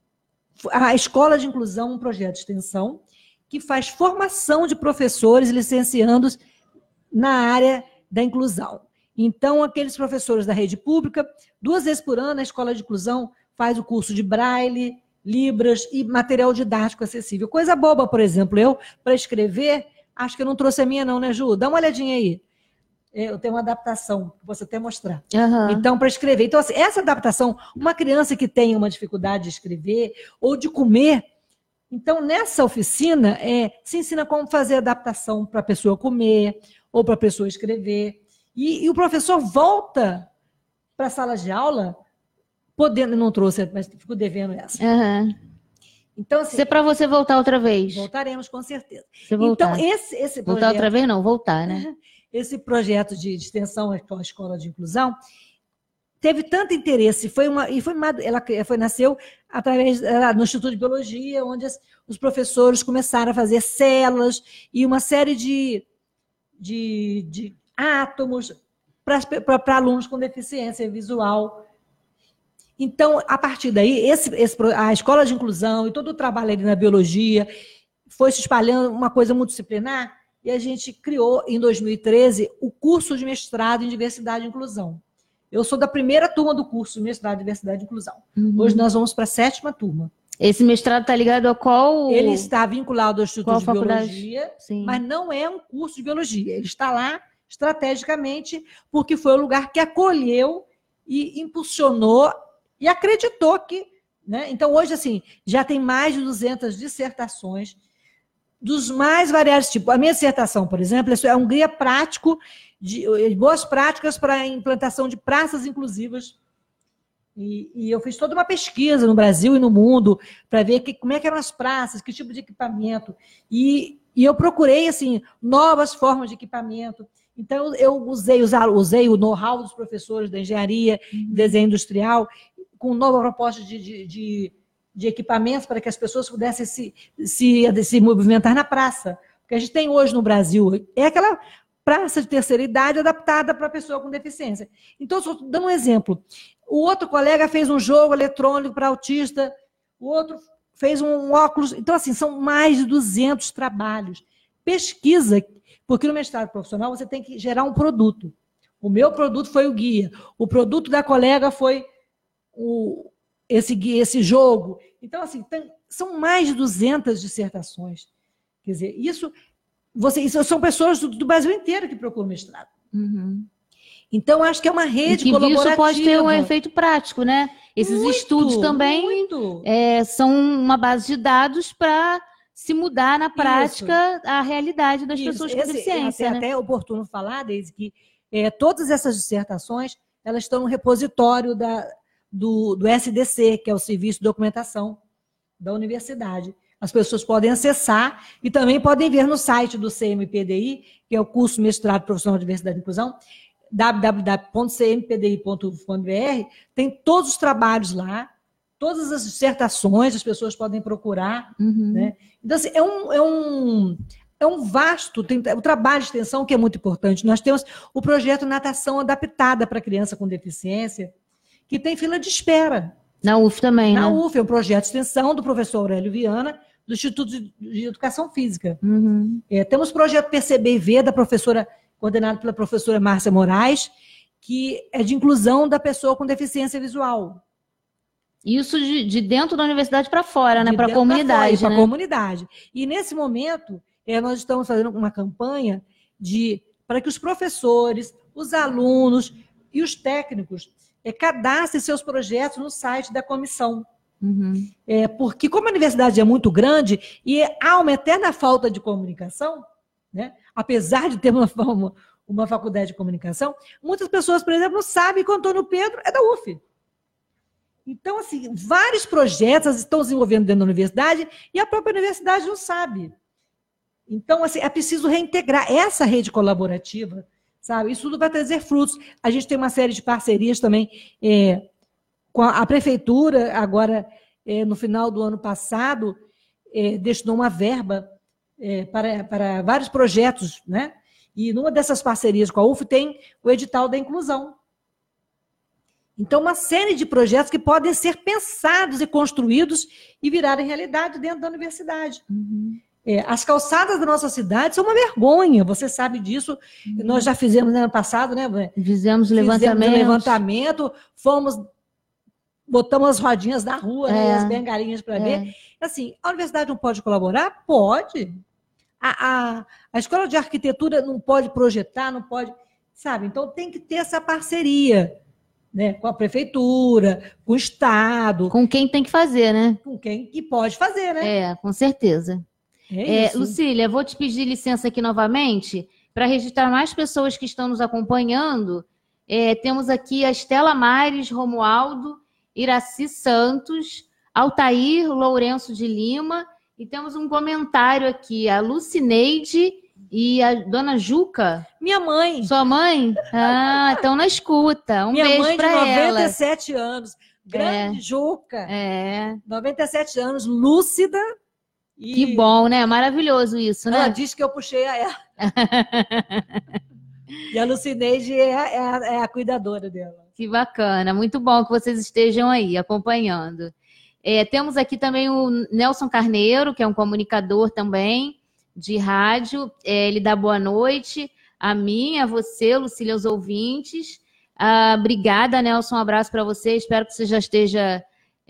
a Escola de Inclusão é um projeto de extensão que faz formação de professores licenciandos na área da inclusão. Então, aqueles professores da rede pública, 2 vezes por ano, a Escola de Inclusão faz o curso de Braille, Libras e material didático acessível. Coisa boba, por exemplo, eu, para escrever, acho que eu não trouxe a minha não, né, Ju? Dá uma olhadinha aí. Eu tenho uma adaptação, que posso até mostrar. Uhum. Então, para escrever. Então, assim, essa adaptação, uma criança que tem uma dificuldade de escrever ou de comer, então, nessa oficina, se ensina como fazer adaptação para a pessoa comer ou para a pessoa escrever. E o professor volta para a sala de aula, podendo, não trouxe, mas fico devendo essa. Uhum. Então, assim, Se é para você voltar outra vez. voltaremos com certeza. Você voltar. Então, esse Voltar projeto, outra vez não, voltar, né? esse projeto de extensão com a escola de inclusão teve tanto interesse, nasceu através no Instituto de Biologia, onde os professores começaram a fazer células e uma série de átomos para alunos com deficiência visual. Então, a partir daí, a escola de inclusão e todo o trabalho ali na biologia foi se espalhando, uma coisa multidisciplinar, e a gente criou, em 2013, o curso de mestrado em diversidade e inclusão. Eu sou da primeira turma do curso de mestrado em diversidade e inclusão. Uhum. Hoje nós vamos para a 7ª turma. Esse mestrado está ligado a qual? Ele está vinculado ao Instituto de faculdade? Biologia, Sim. mas não é um curso de biologia. Ele está lá estrategicamente porque foi o lugar que acolheu e impulsionou e acreditou que... Né? Então, hoje, assim, já tem mais de 200 dissertações dos mais variados tipos. A minha dissertação, por exemplo, é um guia prático de boas práticas para a implantação de praças inclusivas. E eu fiz toda uma pesquisa no Brasil e no mundo para ver como é que eram as praças, que tipo de equipamento. E eu procurei assim, novas formas de equipamento. Então, eu usei o know-how dos professores da engenharia, desenho industrial, com nova proposta de equipamentos para que as pessoas pudessem se movimentar na praça. Porque a gente tem hoje no Brasil, é aquela praça de terceira idade adaptada para a pessoa com deficiência. Então, estou dando um exemplo. O outro colega fez um jogo eletrônico para autista, o outro fez um óculos. Então, assim, são mais de 200 trabalhos. Pesquisa, porque no mestrado profissional você tem que gerar um produto. O meu produto foi o guia. O produto da colega foi esse jogo. Então, assim, são mais de 200 dissertações. Quer dizer, isso são pessoas do Brasil inteiro que procuram mestrado. Uhum. Então, acho que é uma rede colaborativa. Isso pode ter um efeito prático, né? Esses estudos também são uma base de dados para se mudar na prática a realidade das pessoas com deficiência. É até oportuno falar, Deise, que todas essas dissertações elas estão no repositório do SDC, que é o Serviço de Documentação da Universidade. As pessoas podem acessar e também podem ver no site do CMPDI, que é o curso Mestrado Profissional de Diversidade e Inclusão, www.cmpdi.ufmbr, tem todos os trabalhos lá, todas as dissertações, as pessoas podem procurar. Uhum. Né? Então, assim, é um vasto, o trabalho de extensão que é muito importante. Nós temos o projeto Natação Adaptada para Criança com Deficiência, que tem fila de espera. Na UF também, Na né? UF, é um projeto de extensão do professor Aurélio Viana, do Instituto de Educação Física. Uhum. Temos o projeto PCB&V, coordenado pela professora Márcia Moraes, que é de inclusão da pessoa com deficiência visual. Isso de dentro da universidade para fora, né? Para a comunidade. Para a comunidade. E, nesse momento, nós estamos fazendo uma campanha para que os professores, os alunos e os técnicos cadastrem seus projetos no site da comissão. Uhum. Porque, como a universidade é muito grande e há uma eterna falta de comunicação, né? Apesar de ter uma faculdade de comunicação, muitas pessoas, por exemplo, não sabem que o Antônio Pedro é da UF. Então, assim, vários projetos estão se desenvolvendo dentro da universidade e a própria universidade não sabe. Então, assim, é preciso reintegrar essa rede colaborativa, sabe? Isso tudo vai trazer frutos. A gente tem uma série de parcerias também com a prefeitura, agora, no final do ano passado, destinou uma verba para vários projetos, né? E numa dessas parcerias com a UF tem o edital da inclusão. Então, uma série de projetos que podem ser pensados e construídos e virarem realidade dentro da universidade. Uhum. As calçadas da nossa cidade são uma vergonha, você sabe disso. Uhum. Nós já fizemos no ano passado, né? Fizemos levantamento, botamos as rodinhas na rua, né, as bengalinhas para ver. Assim, a universidade não pode colaborar? Pode. A escola de arquitetura não pode projetar, não pode, sabe? Então, tem que ter essa parceria, né, com a prefeitura, com o Estado. Com quem tem que fazer, né? Com quem que pode fazer, né? Com certeza. Lucília, vou te pedir licença aqui novamente. para registrar mais pessoas que estão nos acompanhando, temos aqui a Estela Mares Romualdo, Iraci Santos, Altair Lourenço de Lima, e temos um comentário aqui, a Lucineide e a dona Juca. Minha mãe. Sua mãe? Ah, estão na escuta. Um beijo para ela. Minha mãe de 97 anos. Grande Juca. 97 anos, lúcida. Que bom, né? Maravilhoso isso, né? Ela disse que eu puxei a ela. E a Lucineide é a cuidadora dela. Que bacana. Muito bom que vocês estejam aí acompanhando. Temos aqui também o Nelson Carneiro, que é um comunicador também de rádio. Ele dá boa noite a mim, a você, Lucília, aos ouvintes. Obrigada, Nelson. Um abraço para você. Espero que você já esteja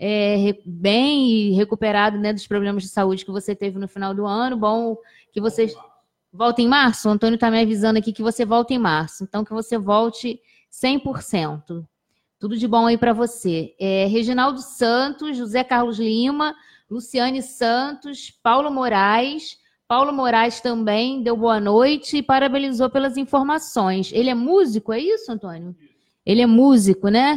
bem e recuperado, né, dos problemas de saúde que você teve no final do ano. Bom que você volta em março. O Antônio está me avisando aqui que você volta em março. Então, que você volte 100%. Tudo de bom aí para você. Reginaldo Santos, José Carlos Lima, Luciane Santos, Paulo Moraes. Paulo Moraes também deu boa noite e parabenizou pelas informações. Ele é músico, é isso, Antônio? Ele é músico, né?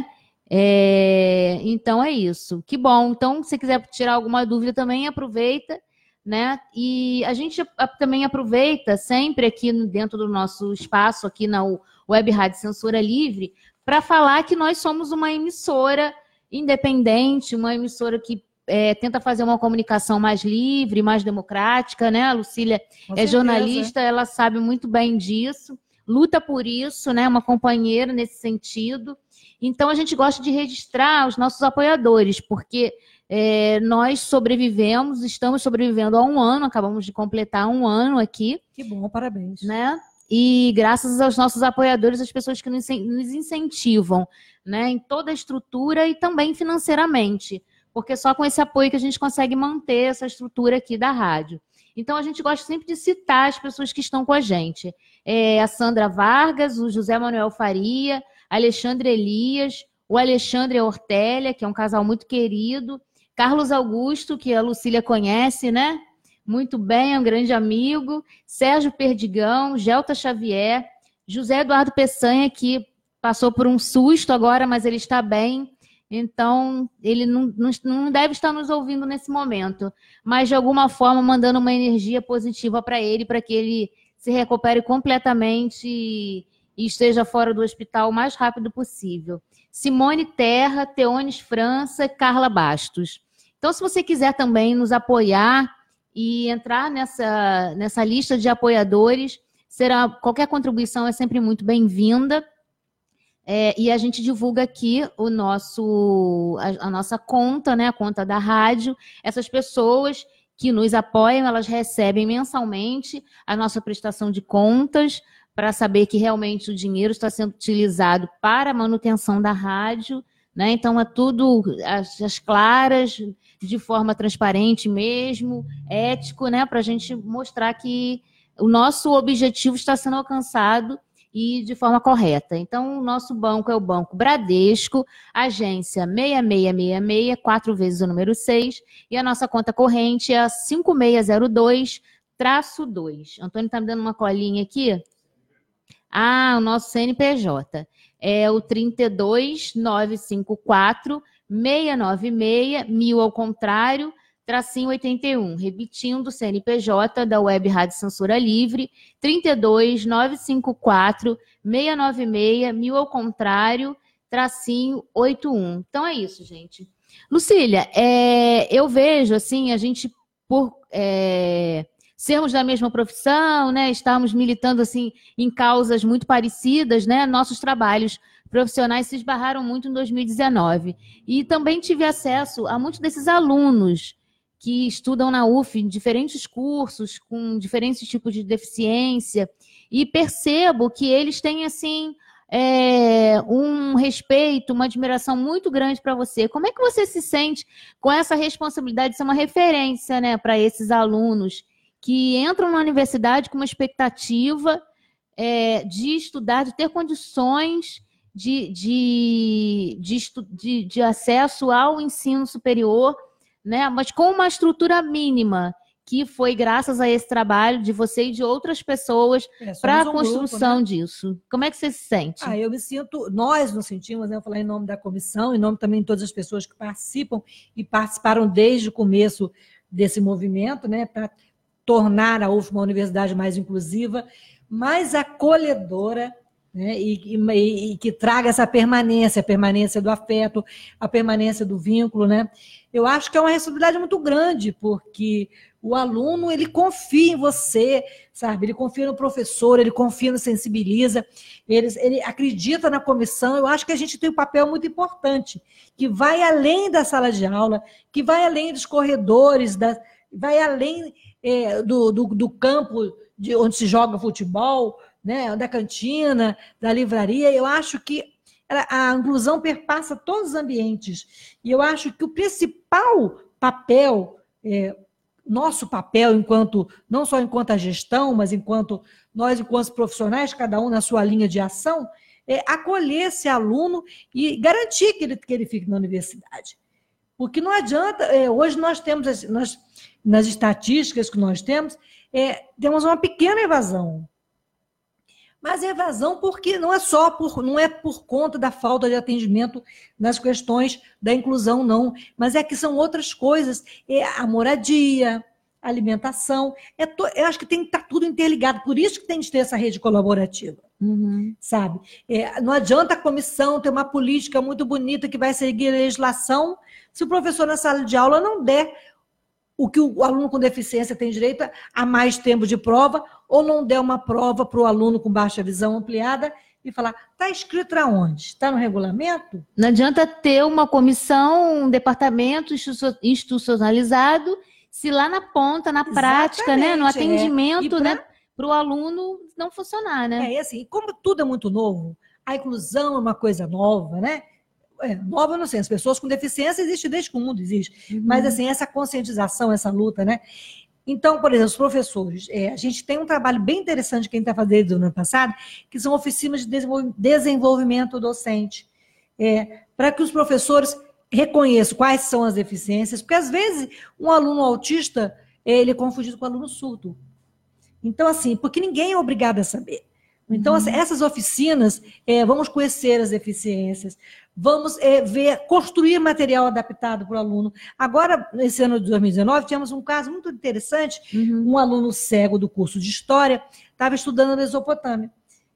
Então é isso. Que bom. Então, se você quiser tirar alguma dúvida também, aproveita, né? E a gente também aproveita sempre aqui dentro do nosso espaço, aqui na Web Rádio Censura Livre, para falar que nós somos uma emissora independente, uma emissora que tenta fazer uma comunicação mais livre, mais democrática, né? A Lucília é jornalista, ela sabe muito bem disso, luta por isso, né? Uma companheira nesse sentido. Então, a gente gosta de registrar os nossos apoiadores, porque nós sobrevivemos, estamos sobrevivendo há um ano, acabamos de completar um ano aqui. Que bom, parabéns. Né? E graças aos nossos apoiadores, as pessoas que nos incentivam, né, em toda a estrutura e também financeiramente, porque só com esse apoio que a gente consegue manter essa estrutura aqui da rádio. Então, a gente gosta sempre de citar as pessoas que estão com a gente. A Sandra Vargas, o José Manuel Faria, Alexandre Elias, o Alexandre Ortélia, que é um casal muito querido, Carlos Augusto, que a Lucília conhece, né? Muito bem, é um grande amigo, Sérgio Perdigão, Gelta Xavier, José Eduardo Peçanha, que passou por um susto agora, mas ele está bem, então ele não deve estar nos ouvindo nesse momento, mas de alguma forma mandando uma energia positiva para ele, para que ele se recupere completamente e esteja fora do hospital o mais rápido possível. Simone Terra, Teones França, Carla Bastos. Então, se você quiser também nos apoiar e entrar nessa lista de apoiadores, qualquer contribuição é sempre muito bem-vinda. E a gente divulga aqui a nossa conta, né, a conta da rádio. Essas pessoas que nos apoiam, elas recebem mensalmente a nossa prestação de contas para saber que realmente o dinheiro está sendo utilizado para a manutenção da rádio, né? Então, é tudo às claras, de forma transparente mesmo, ético, né? Para a gente mostrar que o nosso objetivo está sendo alcançado e de forma correta. Então, o nosso banco é o Banco Bradesco, agência 6666, 4 vezes o número 6, e a nossa conta corrente é a 5602-2. Antônio está me dando uma colinha aqui. O nosso CNPJ é o 32954 696 1000 ao contrário, tracinho 81. Repetindo, CNPJ da Web Rádio Censura Livre, 32954 696 1000 ao contrário, tracinho 81. Então é isso, gente. Lucília, eu vejo assim, a gente por sermos da mesma profissão, né, estarmos militando assim em causas muito parecidas, né, nossos trabalhos profissionais se esbarraram muito em 2019. E também tive acesso a muitos desses alunos que estudam na UF em diferentes cursos, com diferentes tipos de deficiência, e percebo que eles têm assim um respeito, uma admiração muito grande para você. Como é que você se sente com essa responsabilidade de ser uma referência, né, para esses alunos que entram na universidade com uma expectativa de estudar, de ter condições de acesso ao ensino superior, né? Mas com uma estrutura mínima, que foi graças a esse trabalho de você e de outras pessoas para a construção disso. Como é que você se sente? Eu me sinto, nós nos sentimos, né, eu falei em nome da comissão, em nome também de todas as pessoas que participam e participaram desde o começo desse movimento, né, para tornar a UF uma universidade mais inclusiva, mais acolhedora, né, e que traga essa permanência, a permanência do afeto, a permanência do vínculo, né? Eu acho que é uma responsabilidade muito grande, porque o aluno, ele confia em você, sabe? Ele confia no professor, ele confia no sensibiliza, ele acredita na comissão. Eu acho que a gente tem um papel muito importante, que vai além da sala de aula, que vai além dos corredores, vai além do campo onde se joga futebol, né, da cantina, da livraria. Eu acho que a inclusão perpassa todos os ambientes. E eu acho que o principal papel, nosso papel, não só enquanto a gestão, mas enquanto profissionais, cada um na sua linha de ação, é acolher esse aluno e garantir que ele fique na universidade. Porque não adianta, hoje nós temos, nas estatísticas que nós temos uma pequena evasão. Mas é evasão porque não é por conta da falta de atendimento nas questões da inclusão, não. Mas é que são outras coisas. A moradia, a alimentação. Eu acho que tem que estar tudo interligado. Por isso que tem que ter essa rede colaborativa. Sabe? Não adianta a comissão ter uma política muito bonita que vai seguir a legislação se o professor na sala de aula não der o que o aluno com deficiência tem direito a mais tempo de prova, ou não der uma prova para o aluno com baixa visão ampliada e falar, está escrito aonde? Está no regulamento? Não adianta ter uma comissão, um departamento institucionalizado, se lá na ponta, na prática, né, no atendimento, né, para o aluno não funcionar, né? Assim, como tudo é muito novo, a inclusão é uma coisa nova, né? Nova, não sei, as pessoas com deficiência existem desde que o mundo existe. Mas, assim, essa conscientização, essa luta, né? Então, por exemplo, os professores, a gente tem um trabalho bem interessante que a gente está fazendo desde o ano passado, que são oficinas de desenvolvimento docente, para que os professores reconheçam quais são as deficiências, porque, às vezes, um aluno autista, ele é confundido com um aluno surdo. Então, assim, porque ninguém é obrigado a saber. Então, essas oficinas, vamos conhecer as deficiências, vamos construir material adaptado para o aluno. Agora, nesse ano de 2019, tivemos um caso muito interessante, um aluno cego do curso de História estava estudando na Mesopotâmia.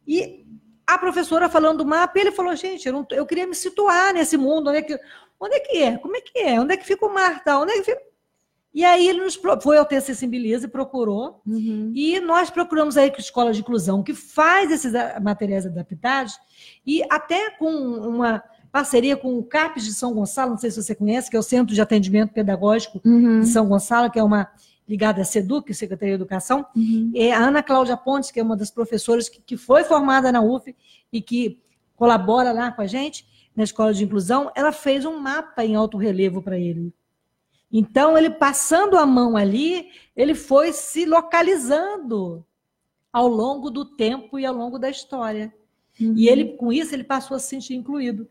E a professora falando do mapa, ele falou, gente, eu queria me situar nesse mundo, onde é que é? Como é que é? Onde é que fica o mar? Tal? Onde é que fica... E aí ele foi ao TC Sensibiliza e procurou, e nós procuramos aí com a Escola de Inclusão, que faz esses materiais adaptados, e até com uma parceria com o CAPES de São Gonçalo, não sei se você conhece, que é o Centro de Atendimento Pedagógico de São Gonçalo, que é uma ligada à SEDUC, Secretaria de Educação, a Ana Cláudia Pontes, que é uma das professoras que foi formada na UF e que colabora lá com a gente, na Escola de Inclusão, ela fez um mapa em alto relevo para ele. Então, ele passando a mão ali, ele foi se localizando ao longo do tempo e ao longo da história. E ele, com isso, ele passou a se sentir incluído.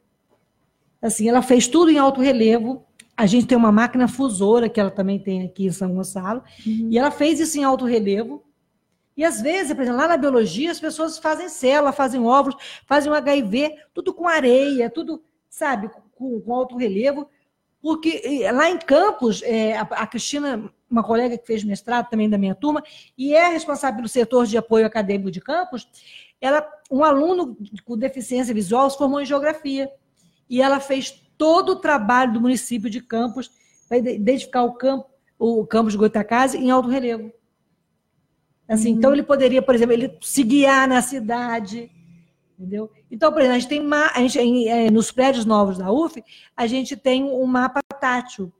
Assim, ela fez tudo em alto relevo. A gente tem uma máquina fusora, que ela também tem aqui em São Gonçalo, e ela fez isso em alto relevo. E, às vezes, por exemplo, lá na biologia, as pessoas fazem célula, fazem óvulos, fazem um HIV, tudo com areia, tudo, sabe, com alto relevo. Porque lá em Campos, a Cristina, uma colega que fez mestrado também da minha turma, e é responsável pelo setor de apoio acadêmico de Campos, um aluno com deficiência visual se formou em geografia. E ela fez todo o trabalho do município de Campos para identificar o campus de Goitacazes em alto relevo. Assim, então, ele poderia, por exemplo, ele se guiar na cidade... Entendeu? Então, por exemplo, a gente tem nos prédios novos da UF, a gente tem um mapa tátil.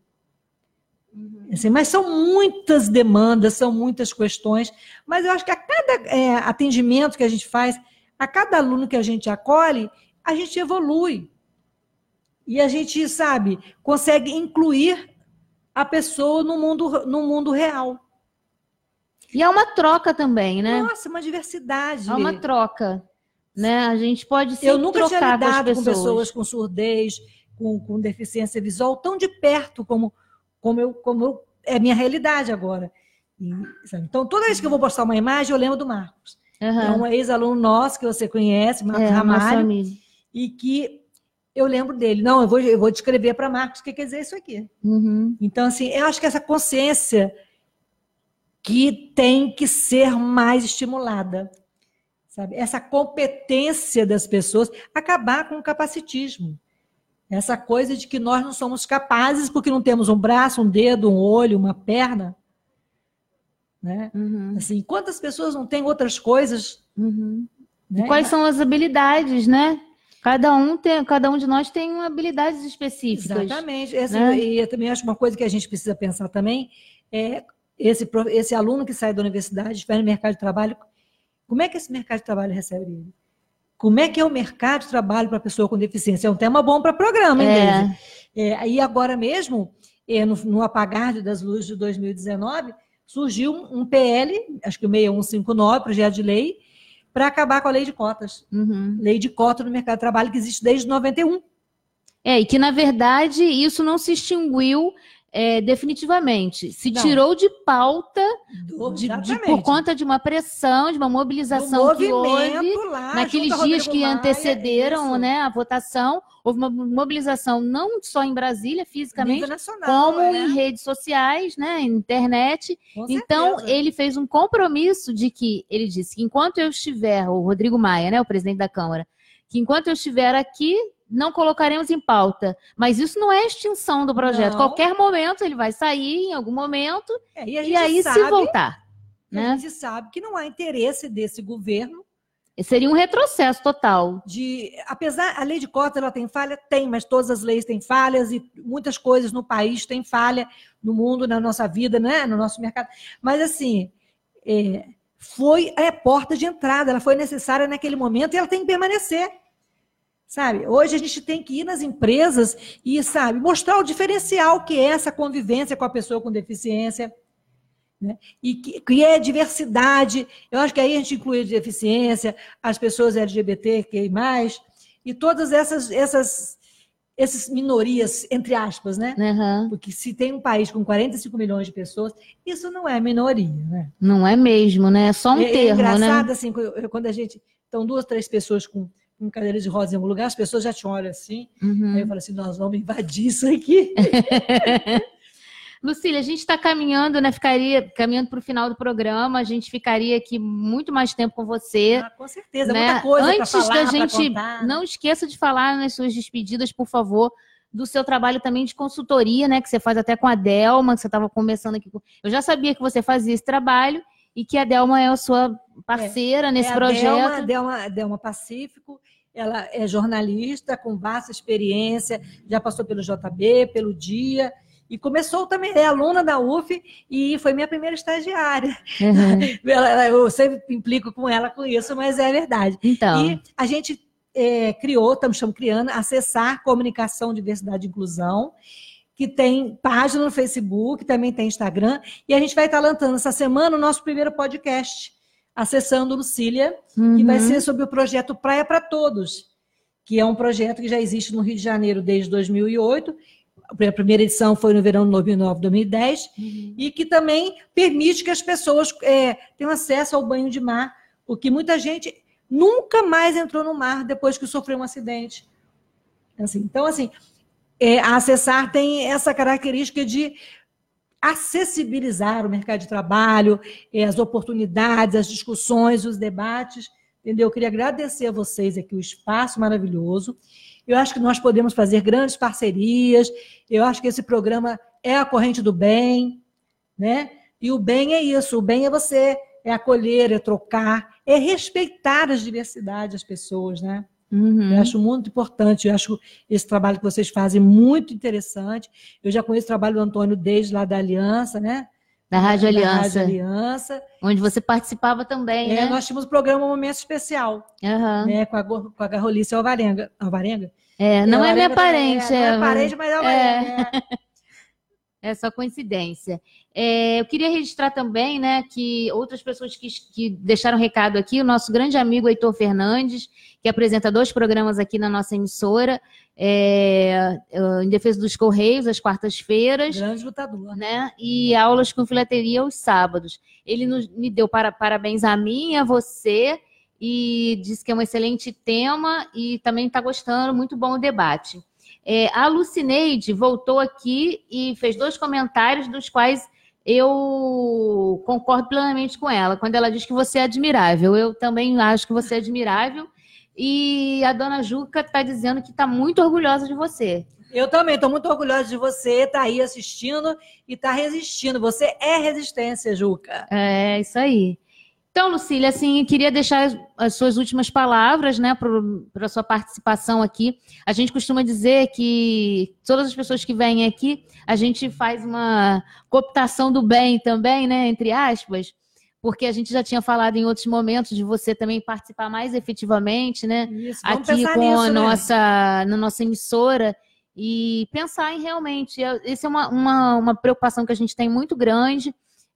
Assim, mas são muitas demandas, são muitas questões, mas eu acho que a cada atendimento que a gente faz, a cada aluno que a gente acolhe, a gente evolui. E a gente, sabe, consegue incluir a pessoa no mundo real. E é uma troca também, né? Nossa, uma diversidade. É uma troca. Né? A gente pode sempre eu nunca tinha lidado com pessoas com surdez, com deficiência visual tão de perto como é a minha realidade agora. Sabe? Então, toda vez que eu vou postar uma imagem, eu lembro do Marcos. Uhum. É um ex-aluno nosso que você conhece, Marcos nosso Ramalho, amigo. e que eu lembro dele. Não, eu vou descrever para Marcos o que quer dizer isso aqui. Uhum. Então, assim, eu acho que essa consciência que tem que ser mais estimulada, sabe? Essa competência das pessoas, acabar com o capacitismo. Essa coisa de que nós não somos capazes porque não temos um braço, um dedo, um olho, uma perna. Né? Uhum. Assim, quantas pessoas não têm outras coisas? Uhum. Né? Quais são as habilidades, né? Cada um de nós tem habilidades específicas. Exatamente. Né? E eu também acho uma coisa que a gente precisa pensar também é esse aluno que sai da universidade, vai no mercado de trabalho, como é que esse mercado de trabalho recebe ele? Como é que é o mercado de trabalho para a pessoa com deficiência? É um tema bom para programa, hein, Deise? Aí agora mesmo, no apagar das luzes de 2019, surgiu um PL, acho que o 6159, projeto de lei, para acabar com a lei de cotas. Uhum. Lei de cota no mercado de trabalho que existe desde 91. E que, na verdade, isso não se extinguiu definitivamente. Se tirou de pauta por conta de uma pressão, de uma mobilização que houve lá, naqueles dias que antecederam, né, a votação. Houve uma mobilização não só em Brasília, fisicamente, nacional, como em redes sociais, né, internet. Então, ele fez um compromisso de que, ele disse que enquanto eu estiver, o Rodrigo Maia, né, o presidente da Câmara, que enquanto eu estiver aqui, não colocaremos em pauta. Mas isso não é extinção do projeto. Não. Qualquer momento ele vai sair, em algum momento, e aí se voltar. Né? A gente sabe que não há interesse desse governo. Seria um retrocesso total. Apesar, a lei de cotas ela tem falha? Tem, mas todas as leis têm falhas e muitas coisas no país têm falha, no mundo, na nossa vida, né? No nosso mercado. Mas, assim, foi a porta de entrada, ela foi necessária naquele momento e ela tem que permanecer. Sabe? Hoje a gente tem que ir nas empresas e, sabe, mostrar o diferencial que é essa convivência com a pessoa com deficiência, né? E que é diversidade. Eu acho que aí a gente inclui a deficiência, as pessoas LGBTQI+, e todas essas minorias, entre aspas, né? Uhum. Porque se tem um país com 45 milhões de pessoas, isso não é minoria, né? Não é mesmo, né? É só um termo, né? É engraçado, assim, quando a gente... Estão 2, 3 pessoas com cadeira de rodas em algum lugar, as pessoas já te olham assim. Uhum. Aí eu falo assim, nós vamos invadir isso aqui. Lucília, a gente está caminhando, né? Caminhando para o final do programa. A gente ficaria aqui muito mais tempo com você. Com certeza, né? Muita coisa Antes pra falar, da gente, contar, não esqueça de falar nas suas despedidas, por favor, do seu trabalho também de consultoria, né? Que você faz até com a Delma, que você estava começando aqui. Eu já sabia que você fazia esse trabalho e que a Delma é a sua parceira nesse projeto. Delma Pacífico, ela é jornalista com vasta experiência, já passou pelo JB, pelo Dia, e começou também, é aluna da UF e foi minha primeira estagiária. Uhum. Eu sempre implico com ela com isso, mas é verdade. Então. E a gente estamos criando Acessar Comunicação, Diversidade e Inclusão, que tem página no Facebook, também tem Instagram, e a gente vai estar lançando essa semana o nosso primeiro podcast, Acessando Lucília, que vai ser sobre o projeto Praia para Todos, que é um projeto que já existe no Rio de Janeiro desde 2008, a primeira edição foi no verão de 2009, 2010, e que também permite que as pessoas tenham acesso ao banho de mar, porque muita gente nunca mais entrou no mar depois que sofreu um acidente. Então, a Acessar tem essa característica de acessibilizar o mercado de trabalho, as oportunidades, as discussões, os debates, entendeu? Eu queria agradecer a vocês aqui o espaço maravilhoso. Eu acho que nós podemos fazer grandes parcerias, eu acho que esse programa é a corrente do bem, né? E o bem é isso, o bem é você, é acolher, é trocar, é respeitar as diversidades das pessoas, né? Eu acho muito importante, eu acho esse trabalho que vocês fazem muito interessante. Eu já conheço o trabalho do Antônio desde lá da Aliança, né? Da Rádio Aliança. Onde você participava também, né? Nós tínhamos um programa Momento Especial, né? Com a Garrolice Alvarenga. Não é minha parente. Não é parente, mas é Alvarenga. É só coincidência. Eu queria registrar também, né, que outras pessoas que deixaram recado aqui, o nosso grande amigo Heitor Fernandes, que apresenta 2 programas aqui na nossa emissora, em Defesa dos Correios, às quartas-feiras. Grande lutador. Né, e aulas com filateria aos sábados. Ele me deu parabéns a mim e a você, e disse que é um excelente tema e também está gostando, muito bom o debate. A Lucineide voltou aqui e fez 2 comentários, dos quais eu concordo plenamente com ela. Quando ela diz que você é admirável, eu também acho que você é admirável. E a dona Juca está dizendo que está muito orgulhosa de você. Eu também estou muito orgulhosa de você, tá aí assistindo e tá resistindo. Você é resistência, Juca. É, isso aí. Então, Lucília, assim, queria deixar as suas últimas palavras, né, para a sua participação aqui. A gente costuma dizer que todas as pessoas que vêm aqui, a gente faz uma cooptação do bem também, né, entre aspas, porque a gente já tinha falado em outros momentos de você também participar mais efetivamente, né, Isso, vamos aqui pensar com nisso, na nossa emissora, e pensar em realmente, essa é uma preocupação que a gente tem muito grande.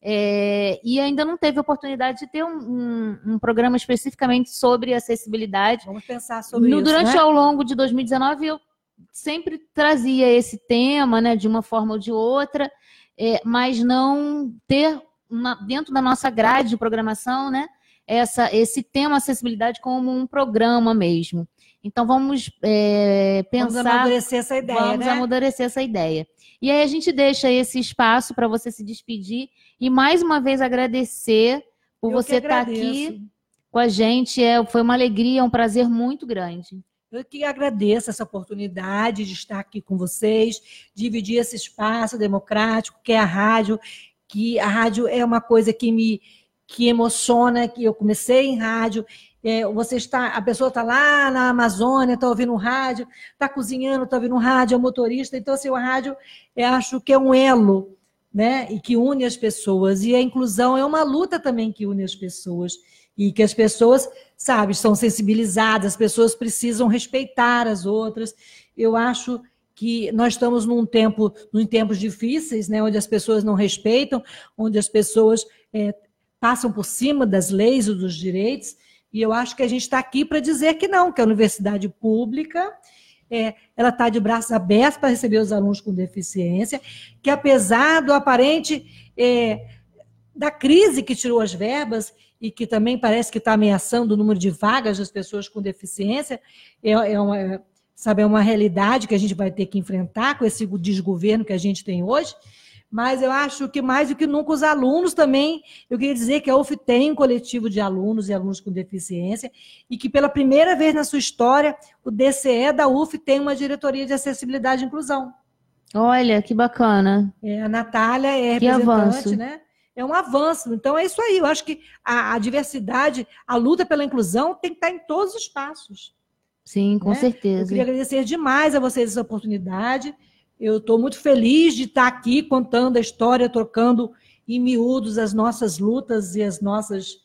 E ainda não teve oportunidade de ter um programa especificamente sobre acessibilidade. Vamos pensar sobre isso, Durante né? ao longo de 2019, eu sempre trazia esse tema, né, de uma forma ou de outra, mas não ter dentro da nossa grade de programação, né, esse tema acessibilidade como um programa mesmo. Então, vamos pensar... Vamos amadurecer essa ideia, Vamos amadurecer essa ideia. E aí a gente deixa esse espaço para você se despedir e mais uma vez agradecer por você estar aqui com a gente. Foi uma alegria, um prazer muito grande. Eu que agradeço essa oportunidade de estar aqui com vocês, dividir esse espaço democrático que é a rádio, que a rádio é uma coisa que emociona, que eu comecei em rádio. A pessoa está lá na Amazônia, está ouvindo um rádio, está cozinhando, está ouvindo um rádio, é um motorista. Então, assim, o rádio, eu acho que é um elo, né? E que une as pessoas. E a inclusão é uma luta também que une as pessoas. E que as pessoas, sabe, são sensibilizadas, as pessoas precisam respeitar as outras. Eu acho que nós estamos em tempos difíceis, né? Onde as pessoas não respeitam, onde as pessoas passam por cima das leis e dos direitos. E eu acho que a gente está aqui para dizer que não, que a universidade pública ela está de braços abertos para receber os alunos com deficiência, que apesar do aparente da crise que tirou as verbas e que também parece que está ameaçando o número de vagas das pessoas com deficiência, é uma realidade que a gente vai ter que enfrentar com esse desgoverno que a gente tem hoje. Mas eu acho que mais do que nunca os alunos também, eu queria dizer que a UF tem um coletivo de alunos e alunos com deficiência e que pela primeira vez na sua história, o DCE da UF tem uma diretoria de acessibilidade e inclusão. Olha, que bacana. A Natália é que representante, avanço. Né? É um avanço. Então é isso aí, eu acho que a diversidade, a luta pela inclusão tem que estar em todos os passos. Sim, com certeza. Eu queria agradecer demais a vocês essa oportunidade. Eu estou muito feliz de estar aqui contando a história, trocando em miúdos as nossas lutas e as nossos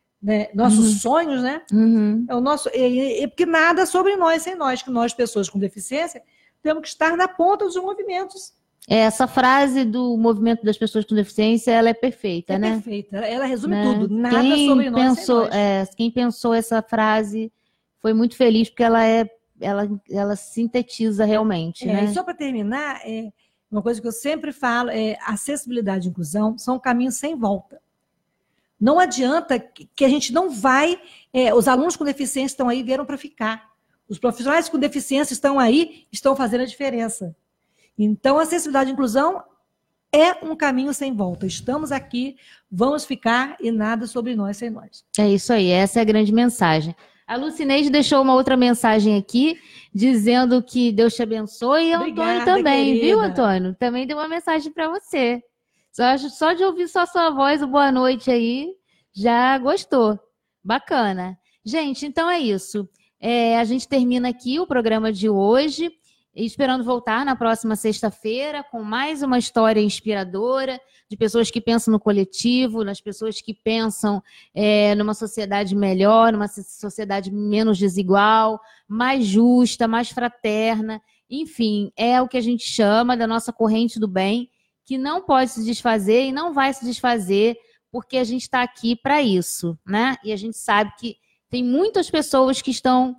sonhos, né? Uhum. Porque nada sobre nós sem nós, que nós, pessoas com deficiência, temos que estar na ponta dos movimentos. Essa frase do movimento das pessoas com deficiência, ela é perfeita, né? Perfeita. Ela resume tudo. Nada sobre nós sem nós. Quem pensou essa frase foi muito feliz, porque ela sintetiza realmente, né? E só para terminar, uma coisa que eu sempre falo acessibilidade e inclusão são caminhos sem volta. Não adianta que a gente não vai... os alunos com deficiência estão aí, vieram para ficar. Os profissionais com deficiência estão aí, estão fazendo a diferença. Então, a acessibilidade e inclusão é um caminho sem volta. Estamos aqui, vamos ficar e nada sobre nós sem nós. É isso aí, essa é a grande mensagem. A Lucineide deixou uma outra mensagem aqui, dizendo que Deus te abençoe, e o Antônio também, querida. Viu, Antônio? Também deu uma mensagem para você. Só de ouvir sua voz, o boa noite aí, já gostou. Bacana. Gente, então é isso. A gente termina aqui o programa de hoje, esperando voltar na próxima sexta-feira com mais uma história inspiradora de pessoas que pensam no coletivo, nas pessoas que pensam numa sociedade melhor, numa sociedade menos desigual, mais justa, mais fraterna. Enfim, é o que a gente chama da nossa corrente do bem, que não pode se desfazer e não vai se desfazer, porque a gente está aqui para isso, né? E a gente sabe que tem muitas pessoas que estão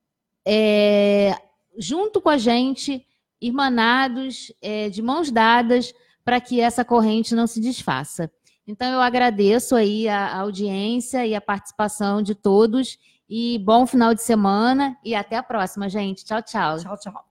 junto com a gente, irmanados, de mãos dadas, para que essa corrente não se desfaça. Então, eu agradeço aí a audiência e a participação de todos, e bom final de semana, e até a próxima, gente. Tchau, tchau. Tchau, tchau.